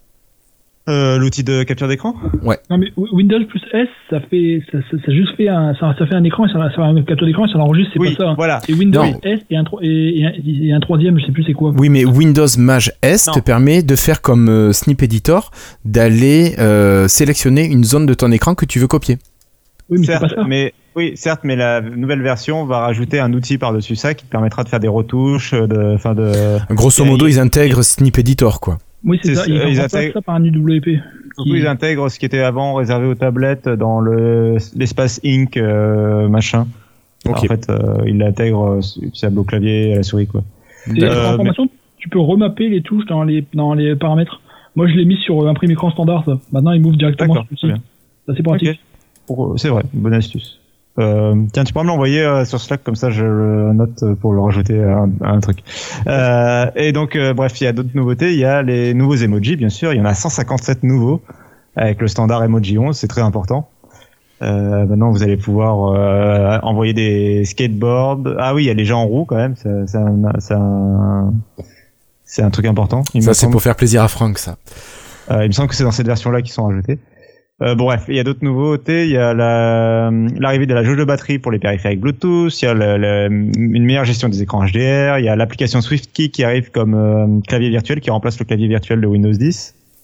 Euh, l'outil de capture d'écran. Ouais. Non mais Windows plus S, ça fait, ça, ça, ça juste fait un, ça, ça fait un écran et ça, ça fait un capture d'écran et ça l'enregistre, c'est oui, pas ça. Voilà. Et Windows non. S et un, et, et, un, et un troisième, je sais plus c'est quoi. Oui, mais Windows Maj S non. te permet de faire comme euh, Snip Editor, d'aller euh, sélectionner une zone de ton écran que tu veux copier. Oui, mais certes, c'est pas ça. Mais oui, certes, mais la nouvelle version va rajouter un outil par-dessus ça qui te permettra de faire des retouches, de, enfin de. Grosso modo, ils intègrent Snip Editor, quoi. Oui, c'est, c'est ça. Ils, ils intègrent ça par un U W P. Surtout, qui... ils intègrent ce qui était avant réservé aux tablettes dans le l'espace Ink euh, machin. Okay. En fait, euh, ils l'intègrent au clavier et à la souris, quoi. Et euh, pour information, mais... tu peux remapper les touches dans les dans les paramètres. Moi, je l'ai mis sur imprimé écran standard. Ça. Maintenant, il m'ouvre directement D'accord, sur le site. Ça, c'est pratique. Okay. Pour... C'est vrai, bonne astuce. Euh, tiens, tu pourras me l'envoyer euh, sur Slack, comme ça je le note pour le rajouter à un, à un truc. Euh, et donc, euh, bref, il y a d'autres nouveautés. Il y a les nouveaux emojis, bien sûr. Il y en a cent cinquante-sept nouveaux avec le standard emoji onze, c'est très important. Euh, maintenant, vous allez pouvoir euh, envoyer des skateboards. Ah oui, il y a les gens en roue quand même. C'est, c'est, un, c'est, un, c'est un truc important. Il ça, me c'est semble. Pour faire plaisir à Franck, ça. Euh, il me semble que c'est dans cette version-là qu'ils sont rajoutés. Euh, bon, bref, il y a d'autres nouveautés. Il y a la, l'arrivée de la jauge de batterie pour les périphériques Bluetooth. Il y a la, la, une meilleure gestion des écrans H D R. Il y a l'application SwiftKey qui arrive comme euh, clavier virtuel, qui remplace le clavier virtuel de Windows dix.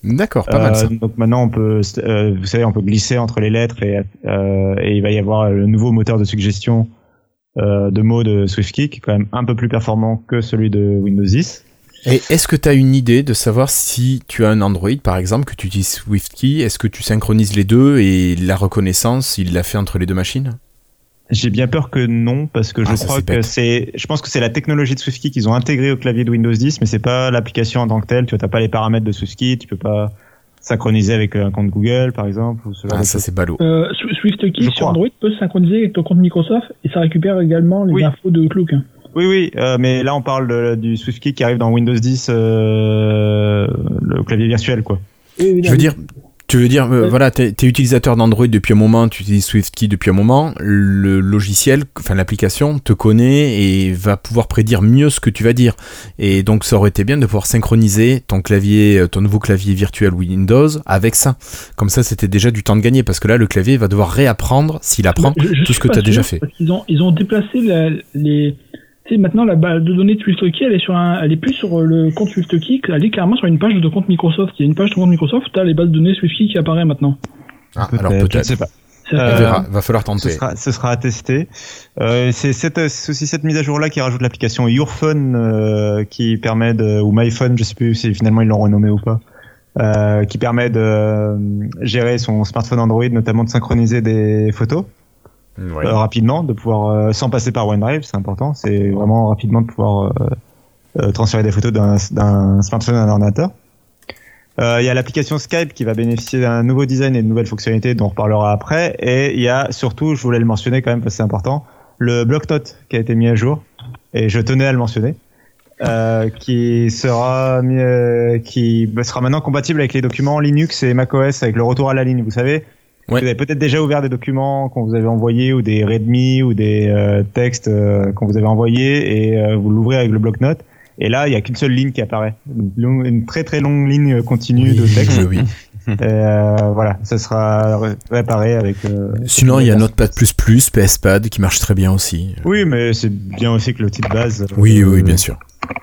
D'accord, pas euh, mal ça. Donc maintenant on peut, euh, vous savez, on peut glisser entre les lettres et, euh, et il va y avoir le nouveau moteur de suggestion euh, de mots de SwiftKey qui est quand même un peu plus performant que celui de Windows dix. Et est-ce que tu as une idée de savoir si tu as un Android par exemple que tu utilises SwiftKey, est-ce que tu synchronises les deux et la reconnaissance il l'a fait entre les deux machines? J'ai bien peur que non, parce que je ah, crois c'est que bête. c'est, je pense que c'est la technologie de SwiftKey qu'ils ont intégrée au clavier de Windows dix, mais c'est pas l'application en tant que telle. Tu vois, t'as pas les paramètres de SwiftKey, tu peux pas synchroniser avec un compte Google, par exemple, ou ce genre ah, de ça choses. c'est ballot. Euh, SwiftKey sur Android peut se synchroniser avec ton compte Microsoft et ça récupère également les oui. infos de Outlook. Oui, oui, euh, mais là on parle de, du SwiftKey qui arrive dans Windows dix, euh, le clavier virtuel, quoi. Oui, je veux dire. Tu veux dire, euh, ouais. voilà, t'es, t'es utilisateur d'Android depuis un moment, tu utilises SwiftKey depuis un moment, le logiciel, enfin l'application te connaît et va pouvoir prédire mieux ce que tu vas dire. Et donc ça aurait été bien de pouvoir synchroniser ton clavier, ton nouveau clavier virtuel Windows avec ça. Comme ça, c'était déjà du temps de gagner parce que là, le clavier va devoir réapprendre, s'il apprend, je, je tout ce que tu as déjà fait. Parce qu'ils ont, ils ont déplacé la, les... Tu sais, maintenant, la base de données de SwiftKey, elle est sur un, elle est plus sur le compte SwiftKey, elle est carrément sur une page de compte Microsoft. Il y a une page de compte Microsoft, t'as les bases de données SwiftKey qui apparaissent maintenant. Ah, peut-être, alors peut-être. Je sais pas. Euh, on verra. Va falloir tenter. Ce sera, ce sera à tester. Euh, c'est, cette, c'est aussi cette mise à jour-là qui rajoute l'application YourPhone, euh, qui permet de, ou MyPhone, je sais plus si finalement ils l'ont renommé ou pas, euh, qui permet de euh, gérer son smartphone Android, notamment de synchroniser des photos. Ouais. Euh, rapidement, de pouvoir euh, sans passer par OneDrive, c'est important, c'est vraiment rapidement de pouvoir euh, euh, transférer des photos d'un, d'un smartphone à un ordinateur. Il euh, y a l'application Skype qui va bénéficier d'un nouveau design et de nouvelles fonctionnalités dont on reparlera après, et il y a surtout, je voulais le mentionner quand même parce que c'est important, le bloc-notes qui a été mis à jour, et je tenais à le mentionner, euh, qui sera mis, euh, qui sera maintenant compatible avec les documents Linux et macOS avec le retour à la ligne, vous savez. Ouais. Vous avez peut-être déjà ouvert des documents qu'on vous avait envoyés ou des readme ou des euh, textes euh, qu'on vous avait envoyés et euh, vous l'ouvrez avec le bloc-notes et là il y a qu'une seule ligne qui apparaît, une, longue, une très très longue ligne continue oui, de texte. Oui. Et euh, voilà, ça sera réparé avec. Euh, Sinon il y a Notepad plus plus, P S Pad qui marche très bien aussi. Oui, mais c'est bien aussi que l'outil de base. Oui, euh, oui, bien sûr.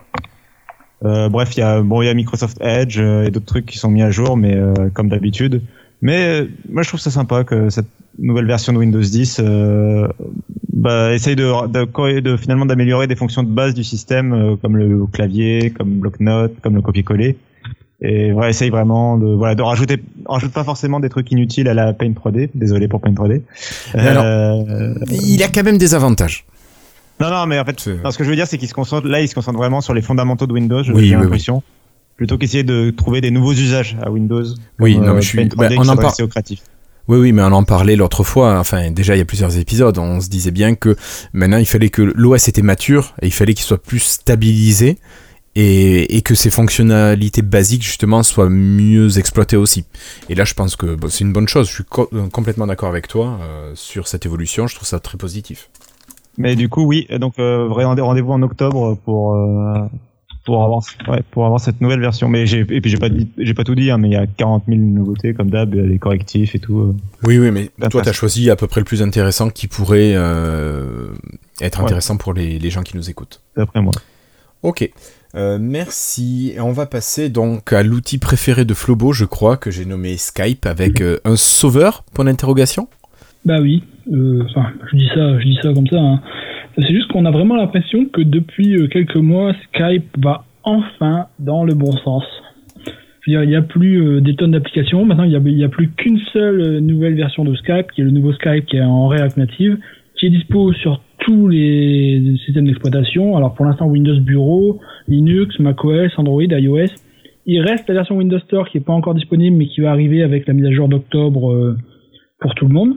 Euh, bref, il y a bon il y a Microsoft Edge euh, et d'autres trucs qui sont mis à jour, mais euh, comme d'habitude. Mais euh, moi je trouve ça sympa que cette nouvelle version de Windows dix euh, bah, essaye de, de, de finalement d'améliorer des fonctions de base du système euh, comme le clavier, comme bloc-notes, comme le copier-coller. Et voilà, essaye vraiment de voilà de rajouter, rajoute pas forcément des trucs inutiles à la Paint trois D. Désolé pour Paint trois D. Euh, alors, il a quand même des avantages. Non non, mais en fait, non, ce que je veux dire, c'est qu'il se concentre là, il se concentre vraiment sur les fondamentaux de Windows. J'ai oui, oui, l'impression. Oui. Plutôt qu'essayer de trouver des nouveaux usages à Windows. Oui, comme, non, mais euh, je suis. Bah, on en parle. Au créatif. Oui, oui, mais on en parlait l'autre fois. Enfin, déjà, il y a plusieurs épisodes. On se disait bien que maintenant, il fallait que l'O S était mature et il fallait qu'il soit plus stabilisé et, et que ses fonctionnalités basiques, justement, soient mieux exploitées aussi. Et là, je pense que bon, c'est une bonne chose. Je suis co- complètement d'accord avec toi euh, sur cette évolution. Je trouve ça très positif. Mais du coup, oui. Donc, euh, vrai rendez-vous en octobre pour. Euh... Pour avoir, ouais, pour avoir cette nouvelle version. Mais j'ai, et puis j'ai pas dit, j'ai pas tout dit, hein, mais il y a quarante mille nouveautés comme d'hab, il y a des correctifs et tout. Oui, oui, mais toi, t'as choisi à peu près le plus intéressant qui pourrait euh, être intéressant ouais. pour les, les gens qui nous écoutent. D'après moi. Ok. Euh, merci. Et on va passer donc à l'outil préféré de Flobo, je crois, que j'ai nommé Skype, avec euh, un sauveur, point d'interrogation. Bah oui. Enfin, euh, je dis ça, je dis ça comme ça, hein. C'est juste qu'on a vraiment l'impression que depuis quelques mois, Skype va enfin dans le bon sens. Je veux dire, il n'y a plus des tonnes d'applications. Maintenant, il n'y a, a plus qu'une seule nouvelle version de Skype, qui est le nouveau Skype qui est en React Native, qui est dispo sur tous les systèmes d'exploitation. Alors pour l'instant, Windows Bureau, Linux, macOS, Android, iOS. Il reste la version Windows Store qui n'est pas encore disponible, mais qui va arriver avec la mise à jour d'octobre pour tout le monde.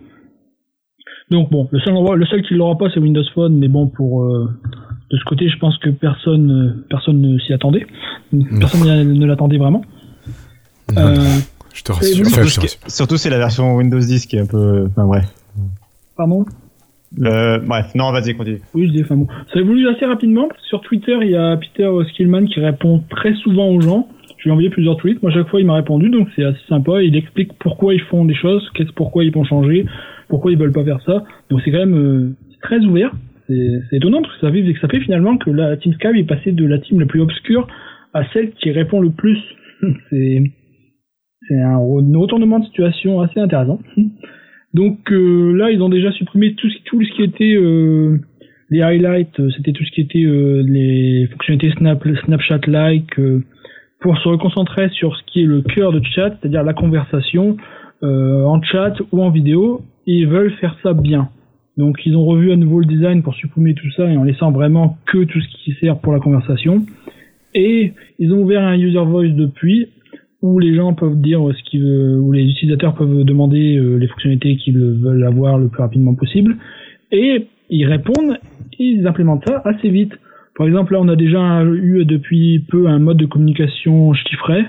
Donc bon, le seul endroit, le seul qui l'aura pas, c'est Windows Phone, mais bon, pour euh, de ce côté, je pense que personne, euh, personne ne s'y attendait, personne ne, ne l'attendait vraiment. Non, euh, je te rassure. Enfin, je te rassure. Surtout, c'est la version Windows dix qui est un peu, enfin bref. Pardon. Euh, bref, non, vas-y, continue. Oui, je dis, enfin bon, ça évolue assez rapidement. Sur Twitter, il y a Peter Skillman qui répond très souvent aux gens. Je lui ai envoyé plusieurs tweets. Moi, chaque fois, il m'a répondu, donc c'est assez sympa. Il explique pourquoi ils font des choses, qu'est-ce, pourquoi ils vont changer, pourquoi ils veulent pas faire ça. Donc c'est quand même euh, très ouvert. C'est, c'est étonnant parce que ça fait, ça fait finalement que la team Skype est passée de la team la plus obscure à celle qui répond le plus. c'est, c'est un retournement de situation assez intéressant. Donc euh, là, ils ont déjà supprimé tout ce, tout ce qui était euh, les highlights, c'était tout ce qui était euh, les fonctionnalités Snap, Snapchat-like, euh, pour se reconcentrer sur ce qui est le cœur de chat, c'est-à-dire la conversation euh, en chat ou en vidéo, et ils veulent faire ça bien. Donc ils ont revu à nouveau le design pour supprimer tout ça et en laissant vraiment que tout ce qui sert pour la conversation. Et ils ont ouvert un user voice depuis, où les gens peuvent dire ce qu'ils veulent, où les utilisateurs peuvent demander euh, les fonctionnalités qu'ils veulent avoir le plus rapidement possible. Et ils répondent, et ils implémentent ça assez vite. Par exemple, là, on a déjà eu depuis peu un mode de communication chiffré.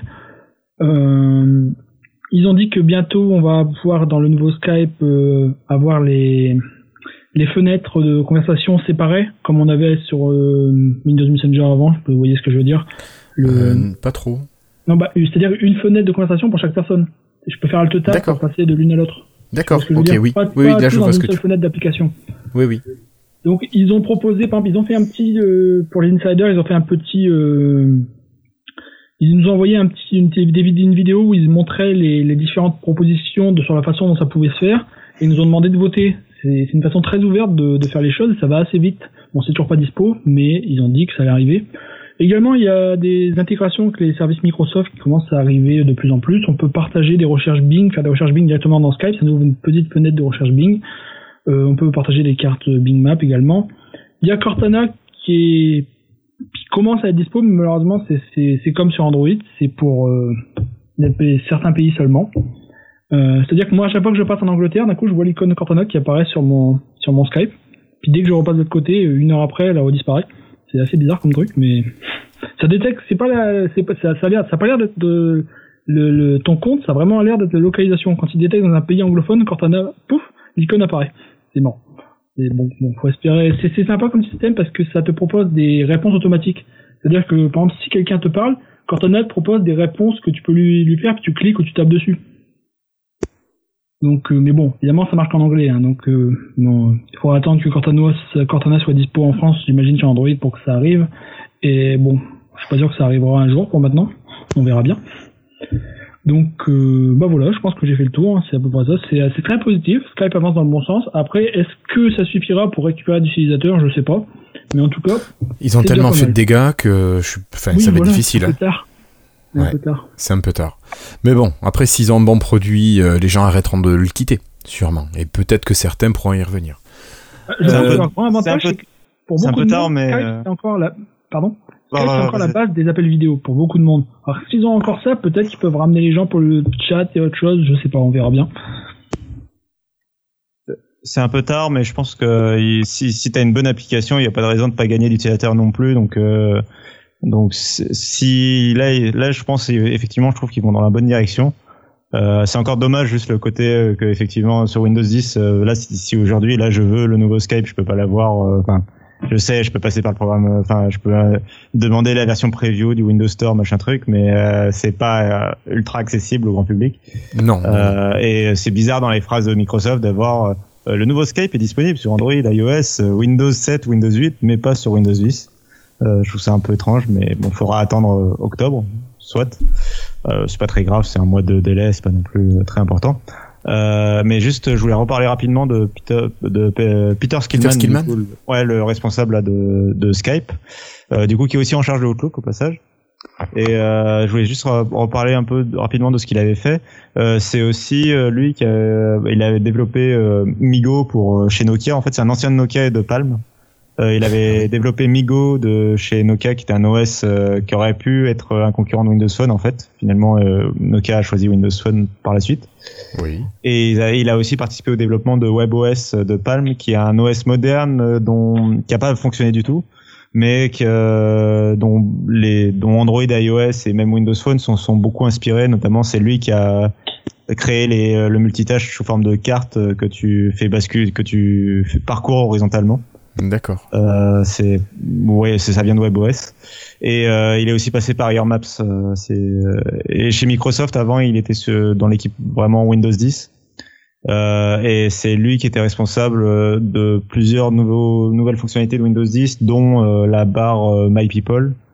Euh, ils ont dit que bientôt, on va pouvoir, dans le nouveau Skype, euh, avoir les, les fenêtres de conversation séparées, comme on avait sur euh, Windows Messenger avant. Vous voyez ce que je veux dire? Le... euh, Pas trop. Non, bah, c'est-à-dire une fenêtre de conversation pour chaque personne. Je peux faire Alt-Tab pour passer de l'une à l'autre. D'accord, ok, dire, oui. Pas, oui, pas là, je vois ce que tu... fenêtre d'application. Oui, oui. Donc, ils ont proposé, par exemple, ils ont fait un petit, euh, pour les insiders, ils ont fait un petit, euh, ils nous ont envoyé un petit, une, une vidéo où ils montraient les, les différentes propositions de, sur la façon dont ça pouvait se faire, et ils nous ont demandé de voter. C'est, c'est une façon très ouverte de, de faire les choses, et ça va assez vite. Bon, c'est toujours pas dispo, mais ils ont dit que ça allait arriver. Également, il y a des intégrations avec les services Microsoft qui commencent à arriver de plus en plus. On peut partager des recherches Bing, faire des recherches Bing directement dans Skype, ça nous ouvre une petite fenêtre de recherche Bing. Euh, on peut partager des cartes Bing Map également. Il y a Cortana qui est qui commence à être dispo, mais malheureusement c'est c'est c'est comme sur Android, c'est pour euh, certains pays seulement. Euh, c'est-à-dire que moi à chaque fois que je passe en Angleterre, d'un coup je vois l'icône de Cortana qui apparaît sur mon sur mon Skype. Puis dès que je repasse de l'autre côté, une heure après, elle redisparaît. C'est assez bizarre comme truc, mais ça détecte. C'est pas la, c'est pas ça, ça a l'air, ça a pas l'air d'être de, le, le ton compte, ça a vraiment l'air d'être de localisation. Quand il détecte dans un pays anglophone, Cortana, pouf, l'icône apparaît. C'est bon. Et bon, bon, faut espérer. C'est, c'est sympa comme système parce que ça te propose des réponses automatiques. C'est-à-dire que, par exemple, si quelqu'un te parle, Cortana te propose des réponses que tu peux lui, lui faire, puis tu cliques ou tu tapes dessus. Donc, euh, mais bon, évidemment, ça marche qu'en anglais, hein, donc, euh, bon, il faudra attendre que Cortana, Cortana soit dispo en France, j'imagine, sur Android pour que ça arrive. Et bon, je suis pas sûr que ça arrivera un jour pour maintenant. On verra bien. Donc, euh, bah voilà, je pense que j'ai fait le tour. Hein, c'est à peu près ça. C'est, c'est très positif. Skype avance dans le bon sens. Après, est-ce que ça suffira pour récupérer des utilisateurs? Je sais pas. Mais en tout cas, ils ont tellement fait de dégâts que je suis, enfin, oui, ça va voilà, être difficile. C'est un peu tard. C'est ouais, un peu tard. C'est un peu tard. Mais bon, après, s'ils ont un bon produit, euh, les gens arrêteront de le quitter, sûrement. Et peut-être que certains pourront y revenir. Euh, c'est un peu, un avantage, c'est, un peu, c'est pour c'est beaucoup un peu de tard, monde, mais Skype, c'est encore la, pardon. Skype, c'est encore la base des appels vidéo pour beaucoup de monde. Alors s'ils ont encore ça, peut-être qu'ils peuvent ramener les gens pour le chat et autre chose, je sais pas, on verra bien. C'est un peu tard, mais je pense que si, si t'as une bonne application, il n'y a pas de raison de pas gagner d'utilisateurs non plus. Donc, euh, donc si là, là, je pense effectivement, je trouve qu'ils vont dans la bonne direction. Euh, c'est encore dommage juste le côté euh, que effectivement sur Windows dix, euh, là, si, si aujourd'hui, là, je veux le nouveau Skype, je peux pas l'avoir. Enfin. Euh, Je sais, je peux passer par le programme, enfin, je peux euh, demander la version preview du Windows Store, machin truc, mais euh, c'est pas euh, ultra accessible au grand public. Non. Euh, et c'est bizarre dans les phrases de Microsoft d'avoir euh, le nouveau Skype est disponible sur Android, iOS, Windows sept, Windows huit, mais pas sur Windows dix. Euh, je trouve ça un peu étrange, mais bon, faudra attendre euh, octobre, soit. Euh, c'est pas très grave, c'est un mois de délai, c'est pas non plus très important. Euh, mais juste, je voulais reparler rapidement de Peter, de Peter Skillman, Peter Skillman. Du coup, le, ouais, le responsable là, de, de Skype, euh, du coup, qui est aussi en charge de Outlook au passage. Et euh, je voulais juste reparler un peu rapidement de ce qu'il avait fait. Euh, c'est aussi euh, lui qui a, il avait développé euh, Migo pour chez Nokia. En fait, c'est un ancien de Nokia et de Palm. Euh, il avait développé Migo de chez Nokia, qui était un O S euh, qui aurait pu être un concurrent de Windows Phone en fait. Finalement, euh, Nokia a choisi Windows Phone par la suite. Oui. Et il a, il a aussi participé au développement de WebOS de Palm, qui est un O S moderne euh, dont qui a pas fonctionné du tout, mais que euh, dont les dont Android, iOS et même Windows Phone sont sont beaucoup inspirés. Notamment, c'est lui qui a créé les le multitâche sous forme de carte que tu fais basculer, que tu fais parcours horizontalement. D'accord. Euh, c'est ouais, c'est ça vient de WebOS. Et euh, il est aussi passé par Air Maps. Euh, c'est euh, et chez Microsoft avant, il était sur, dans l'équipe vraiment Windows dix. Euh, et c'est lui qui était responsable de plusieurs nouveaux nouvelles fonctionnalités de Windows dix, dont euh, la barre euh, My People,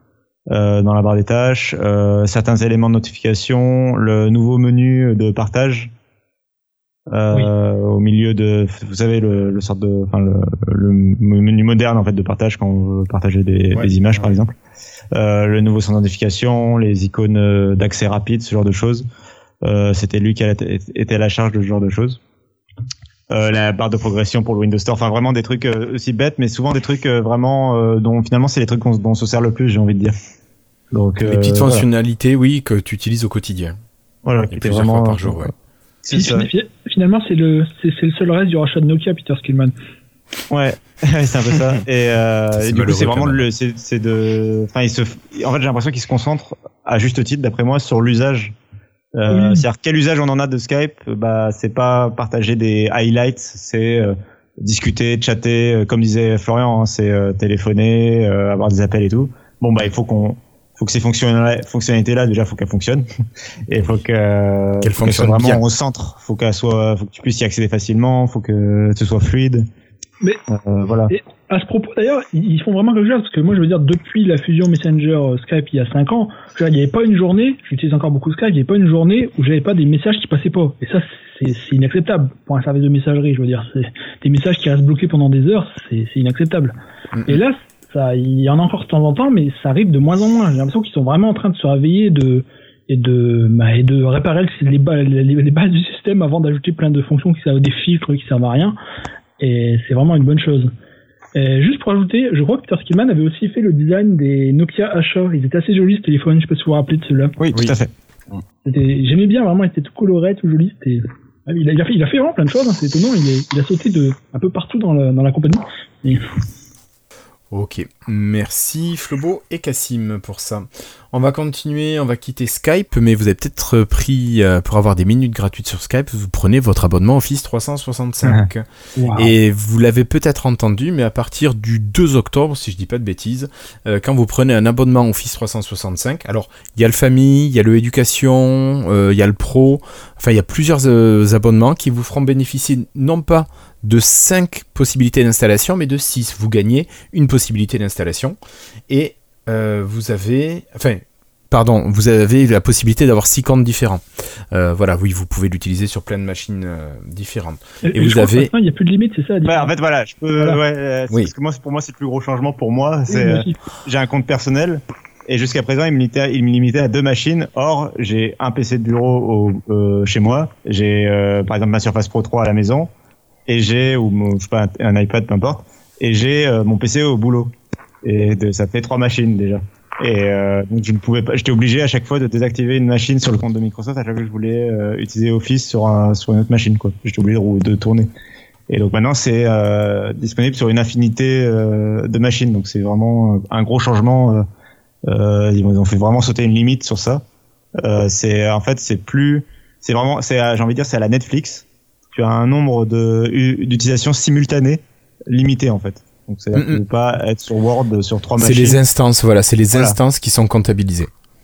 euh, dans la barre des tâches, euh, certains éléments de notification, le nouveau menu de partage euh, oui. au milieu de, vous savez, le, le sorte de, enfin le, le menu moderne en fait de partage quand on veut partager des, ouais, des images ouais. par exemple, euh, le nouveau centre de notification, les icônes d'accès rapide, ce genre de choses. Euh, c'était lui qui était à la charge de ce genre de choses. Euh, la barre de progression pour le Windows Store, enfin vraiment des trucs euh, aussi bêtes, mais souvent des trucs euh, vraiment euh, dont finalement c'est les trucs dont on se sert le plus, j'ai envie de dire. Donc, les euh, petites voilà. fonctionnalités, oui, que tu utilises au quotidien. Voilà, qui était vraiment fois par jour. Ouais. C'est ça. Finalement, c'est le c'est, c'est le seul reste du rachat de Nokia, Peter Skillman. Ouais, c'est un peu ça. Et, euh, et du coup, c'est vraiment le, c'est, c'est de, enfin, il se, en fait, j'ai l'impression qu'il se concentre à juste titre, d'après moi, sur l'usage. Euh, oui. C'est-à-dire quel usage on en a de Skype, bah c'est pas partager des highlights, c'est euh, discuter, chatter, euh, comme disait Florian, hein, c'est euh, téléphoner, euh, avoir des appels et tout. Bon bah il faut qu'on, faut que ces fonctionnalités là déjà faut qu'elles fonctionnent et il faut que euh, qu'elles faut qu'elles soient vraiment bien au centre, faut qu'elles soient, faut que tu puisses y accéder facilement, faut que ce soit fluide. Mais euh, voilà. Et à ce propos d'ailleurs, ils font vraiment quelque chose parce que moi je veux dire depuis la fusion Messenger Skype il y a cinq ans, je veux dire, il n'y avait pas une journée, j'utilise encore beaucoup Skype, il n'y avait pas une journée où j'avais pas des messages qui passaient pas. Et ça c'est, c'est inacceptable pour un service de messagerie, je veux dire, c'est des messages qui restent bloqués pendant des heures, c'est, c'est inacceptable. Mm-hmm. Et là, ça, il y en a encore de temps en temps, mais ça arrive de moins en moins. J'ai l'impression qu'ils sont vraiment en train de se réveiller de et de bah, et de réparer les, les, les bases du système avant d'ajouter plein de fonctions qui servent des filtres qui servent à rien. Et c'est vraiment une bonne chose. Et juste pour ajouter, je crois que Peter Skillman avait aussi fait le design des Nokia Asha. Ils étaient assez jolis ce téléphone, je sais pas si vous vous rappelez de ceux-là. Oui, tout oui. à fait. C'était, j'aimais bien, vraiment, il était tout coloré, tout joli. C'était, il a, il a fait, il a fait vraiment plein de choses, hein, c'est étonnant, il a, il a sauté de, un peu partout dans la, dans la compagnie. Et... Ok, merci Flobo et Cassim pour ça. On va continuer, on va quitter Skype, mais vous avez peut-être pris, euh, pour avoir des minutes gratuites sur Skype, vous prenez votre abonnement Office trois cent soixante-cinq. Mmh. Wow. Et vous l'avez peut-être entendu, mais à partir du deux octobre, si je dis pas de bêtises, euh, quand vous prenez un abonnement Office trois cent soixante-cinq, alors il y a le famille, il y a le éducation, euh, il y a le pro, enfin il y a plusieurs euh, abonnements qui vous feront bénéficier non pas de cinq possibilités d'installation, mais de six. Vous gagnez une possibilité d'installation et euh, vous avez, enfin, pardon, vous avez la possibilité d'avoir six comptes différents. Euh, voilà, oui, vous pouvez l'utiliser sur plein de machines euh, différentes. Et, et, et vous avez, il n'y a plus de limite, c'est ça. Ouais, en fait, voilà, je peux, voilà. ouais, oui. Parce que moi, pour moi, c'est le plus gros changement pour moi. C'est, oui, j'ai un compte personnel. Et jusqu'à présent, il me limitait, il me limitait à deux machines. Or, j'ai un P C de bureau au, euh, chez moi. J'ai, euh, par exemple, ma Surface Pro trois à la maison. Et j'ai, ou mon, je sais pas, un, un iPad, peu importe. Et j'ai euh, mon P C au boulot. Et de, ça fait trois machines déjà. Et euh, donc je ne pouvais pas, j'étais obligé à chaque fois de désactiver une machine sur le compte de Microsoft à chaque fois que je voulais euh, utiliser Office sur un, sur une autre machine, quoi. J'étais obligé de, de tourner. Et donc maintenant c'est euh, disponible sur une infinité euh, de machines. Donc c'est vraiment un gros changement. Euh, euh, ils ont fait vraiment sauter une limite sur ça. Euh, c'est en fait c'est plus, c'est vraiment, c'est j'ai envie de dire c'est à la Netflix. Tu as un nombre de d'utilisations simultanées limité en fait. Donc c'est-à-dire que tu ne peux pas être sur Word sur trois machines. C'est les instances, voilà, c'est les voilà. instances qui sont comptabilisées.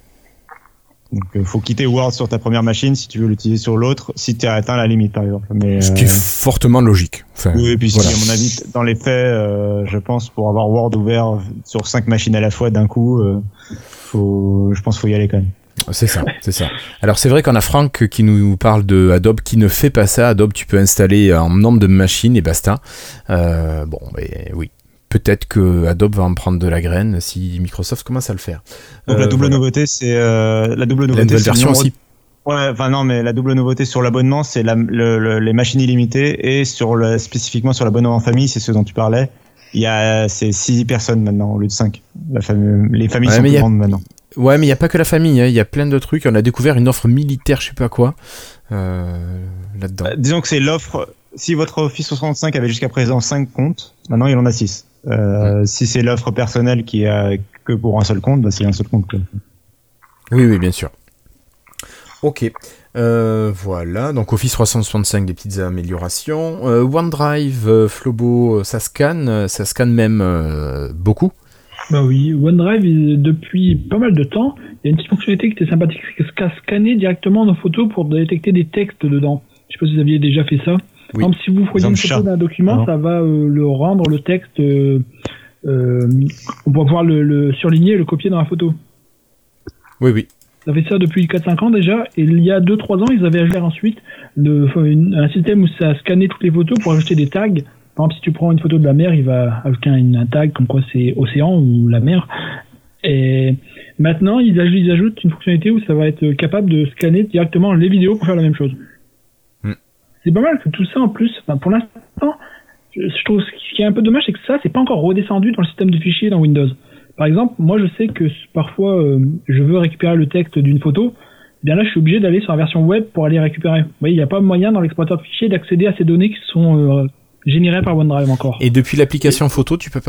Donc il euh, faut quitter Word sur ta première machine si tu veux l'utiliser sur l'autre, si tu as atteint la limite par exemple. Mais, Ce euh... qui est fortement logique. Enfin, oui, et puis voilà. à mon avis, dans les faits, euh, je pense pour avoir Word ouvert sur cinq machines à la fois d'un coup, euh, faut, je pense qu'il faut y aller quand même. C'est ça, c'est ça. Alors c'est vrai qu'on a Franck qui nous parle de Adobe qui ne fait pas ça. Adobe, tu peux installer un nombre de machines et basta. Euh, bon, mais oui. Peut-être que Adobe va en prendre de la graine si Microsoft commence à le faire. Donc euh, la double voilà. nouveauté, c'est euh, la double nouveauté. La nouvelle version aussi. Ouais, enfin non, mais la double nouveauté sur l'abonnement, c'est la, le, le, les machines illimitées et sur le, spécifiquement sur l'abonnement en famille, c'est ce dont tu parlais. Il y a c'est six personnes maintenant au lieu de cinq. La famille, les familles ouais, sont plus a... grandes maintenant. Ouais, mais il n'y a pas que la famille, hein. Il y a plein de trucs. On a découvert une offre militaire, je sais pas quoi, euh, là-dedans. Euh, disons que c'est l'offre. Si votre Office soixante-cinq avait jusqu'à présent cinq comptes, maintenant il en a six. Euh, mmh. Si c'est l'offre personnelle qui a que pour un seul compte, bah c'est un seul compte. Quoi. Oui, oui, bien sûr. Ok. Euh, voilà. Donc Office trois cent soixante-cinq, des petites améliorations. Euh, OneDrive, euh, Flobo, ça scanne, ça scanne même euh, beaucoup. Bah oui, OneDrive, depuis pas mal de temps, il y a une petite fonctionnalité qui était sympathique, c'est qu'à scanner directement nos photos pour détecter des textes dedans. Je sais pas si vous aviez déjà fait ça. Oui. Par exemple, si vous voyez une photo d'un document, non. ça va euh, le rendre le texte, euh, euh, on va pouvoir le, le surligner et le copier dans la photo. Oui, oui. Ça fait ça depuis quatre cinq ans déjà, et il y a deux trois ans, ils avaient ajouté ensuite le, une, un système où ça scannait toutes les photos pour ajouter des tags. Par exemple, si tu prends une photo de la mer, il va ajouter un, un tag comme quoi c'est océan ou la mer. Et maintenant, ils ajoutent, ils ajoutent une fonctionnalité où ça va être capable de scanner directement les vidéos pour faire la même chose. Mm. C'est pas mal que tout ça en plus, enfin, pour l'instant, je, je trouve ce qui est un peu dommage, c'est que ça, c'est pas encore redescendu dans le système de fichiers dans Windows. Par exemple, moi je sais que parfois euh, je veux récupérer le texte d'une photo, eh bien là je suis obligé d'aller sur la version web pour aller récupérer. Vous voyez, il n'y a pas moyen dans l'exploiteur de fichiers d'accéder à ces données qui sont euh, générées par OneDrive encore. Et depuis l'application photo, tu peux pas ?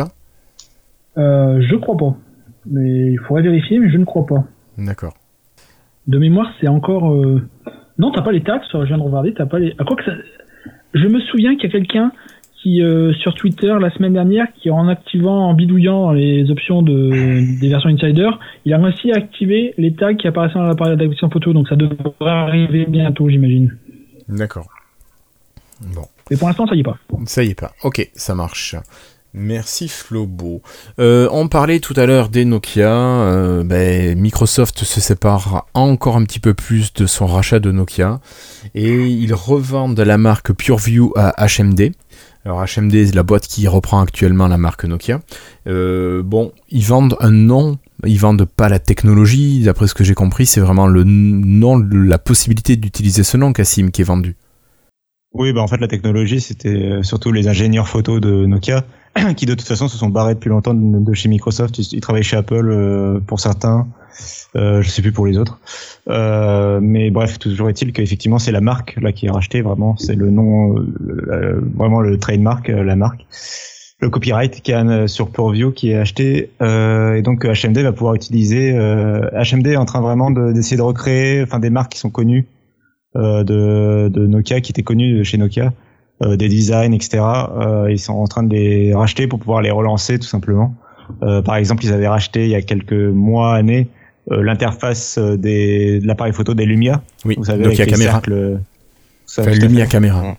euh, Je crois pas. Mais il faudrait vérifier, mais je ne crois pas. D'accord. De mémoire, c'est encore... Euh... Non, t'as pas les taxes, je viens de regarder, t'as pas les... À quoi que ça... Je me souviens qu'il y a quelqu'un qui, euh, sur Twitter, la semaine dernière, qui en activant, en bidouillant les options de, des versions Insider, il a réussi à activer les tags qui apparaissaient dans l'appareil d'application photo, donc ça devrait arriver bientôt, j'imagine. D'accord. Bon. Mais pour l'instant, ça y est pas. Ça y est pas. Ok, ça marche. Merci Flobo. Euh, on parlait tout à l'heure des Nokia. Euh, ben, Microsoft se sépare encore un petit peu plus de son rachat de Nokia et ils revendent la marque PureView à H M D. Alors H M D, c'est la boîte qui reprend actuellement la marque Nokia. Euh, bon, ils vendent un nom, ils vendent pas la technologie. D'après ce que j'ai compris, c'est vraiment le nom, la possibilité d'utiliser ce nom, Cassim, qui est vendu. Oui, bah en fait la technologie, c'était surtout les ingénieurs photo de Nokia qui de toute façon se sont barrés depuis longtemps de, de chez Microsoft. Ils, ils travaillent chez Apple euh, pour certains, euh, je sais plus pour les autres. Euh, mais bref, toujours est-il qu'effectivement c'est la marque là qui est rachetée vraiment, c'est le nom, euh, vraiment le trademark, euh, la marque, le copyright qui est sur PureView qui est acheté. Euh, et donc H M D va pouvoir utiliser. Euh, H M D est en train vraiment de, d'essayer de recréer, enfin des marques qui sont connues euh, de, de Nokia, qui étaient connues chez Nokia. Euh, des designs, et cetera. Euh, ils sont en train de les racheter pour pouvoir les relancer tout simplement. Euh, par exemple, ils avaient racheté il y a quelques mois, années, euh, l'interface des, de l'appareil photo des Lumia. Oui, vous savez, Nokia avec Caméra. Cercles, ça, enfin, Lumia Caméra.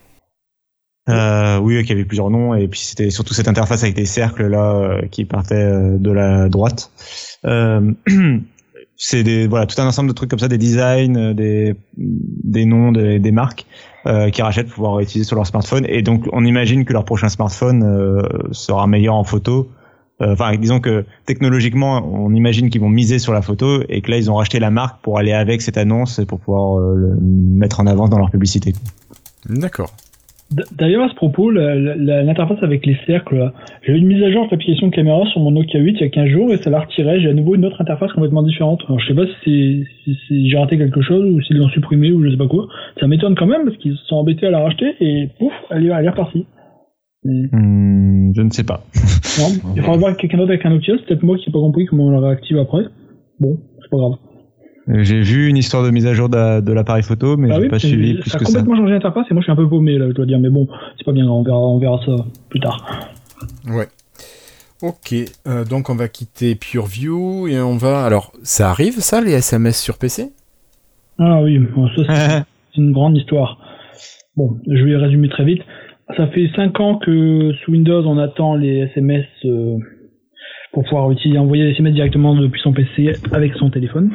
Euh, oui, qui avait plusieurs noms, et puis c'était surtout cette interface avec des cercles là euh, qui partaient de la droite. Euh, c'est des voilà tout un ensemble de trucs comme ça, des designs, des des noms, des, des marques. Euh, qui rachètent pour pouvoir utiliser sur leur smartphone, et donc on imagine que leur prochain smartphone euh, sera meilleur en photo. Enfin, euh, disons que technologiquement, on imagine qu'ils vont miser sur la photo et que là ils ont racheté la marque pour aller avec cette annonce et pour pouvoir euh, le mettre en avant dans leur publicité. D'accord. D'ailleurs, à ce propos, la, la, l'interface avec les cercles, j'ai eu une mise à jour de l'application caméra sur mon Nokia huit il y a quinze jours et ça l'a retiré. J'ai à nouveau une autre interface complètement différente. Alors, je sais pas si, c'est, si c'est, j'ai raté quelque chose ou s'ils l'ont supprimé ou je sais pas quoi. Ça m'étonne quand même parce qu'ils se sont embêtés à la racheter et pouf, elle est, elle est repartie. Mais... Mmh, je ne sais pas. Non, il faudra voir quelqu'un d'autre avec un Nokia. C'est peut-être moi qui n'ai pas compris comment on la réactive après. Bon, c'est pas grave. J'ai vu une histoire de mise à jour de, de l'appareil photo, mais ah j'ai oui, pas suivi plus que ça. Ça a complètement changé l'interface et moi je suis un peu paumé là, je dois dire, mais bon, c'est pas bien grave, on verra, on verra ça plus tard. Ouais. Ok, euh, donc on va quitter PureView et on va... Alors, ça arrive ça, les S M S sur P C ? Ah oui, bon, ça c'est, c'est une grande histoire. Bon, je vais résumer très vite. Ça fait cinq ans que sous Windows on attend les S M S euh, pour pouvoir utiliser, envoyer les S M S directement depuis son P C avec son téléphone.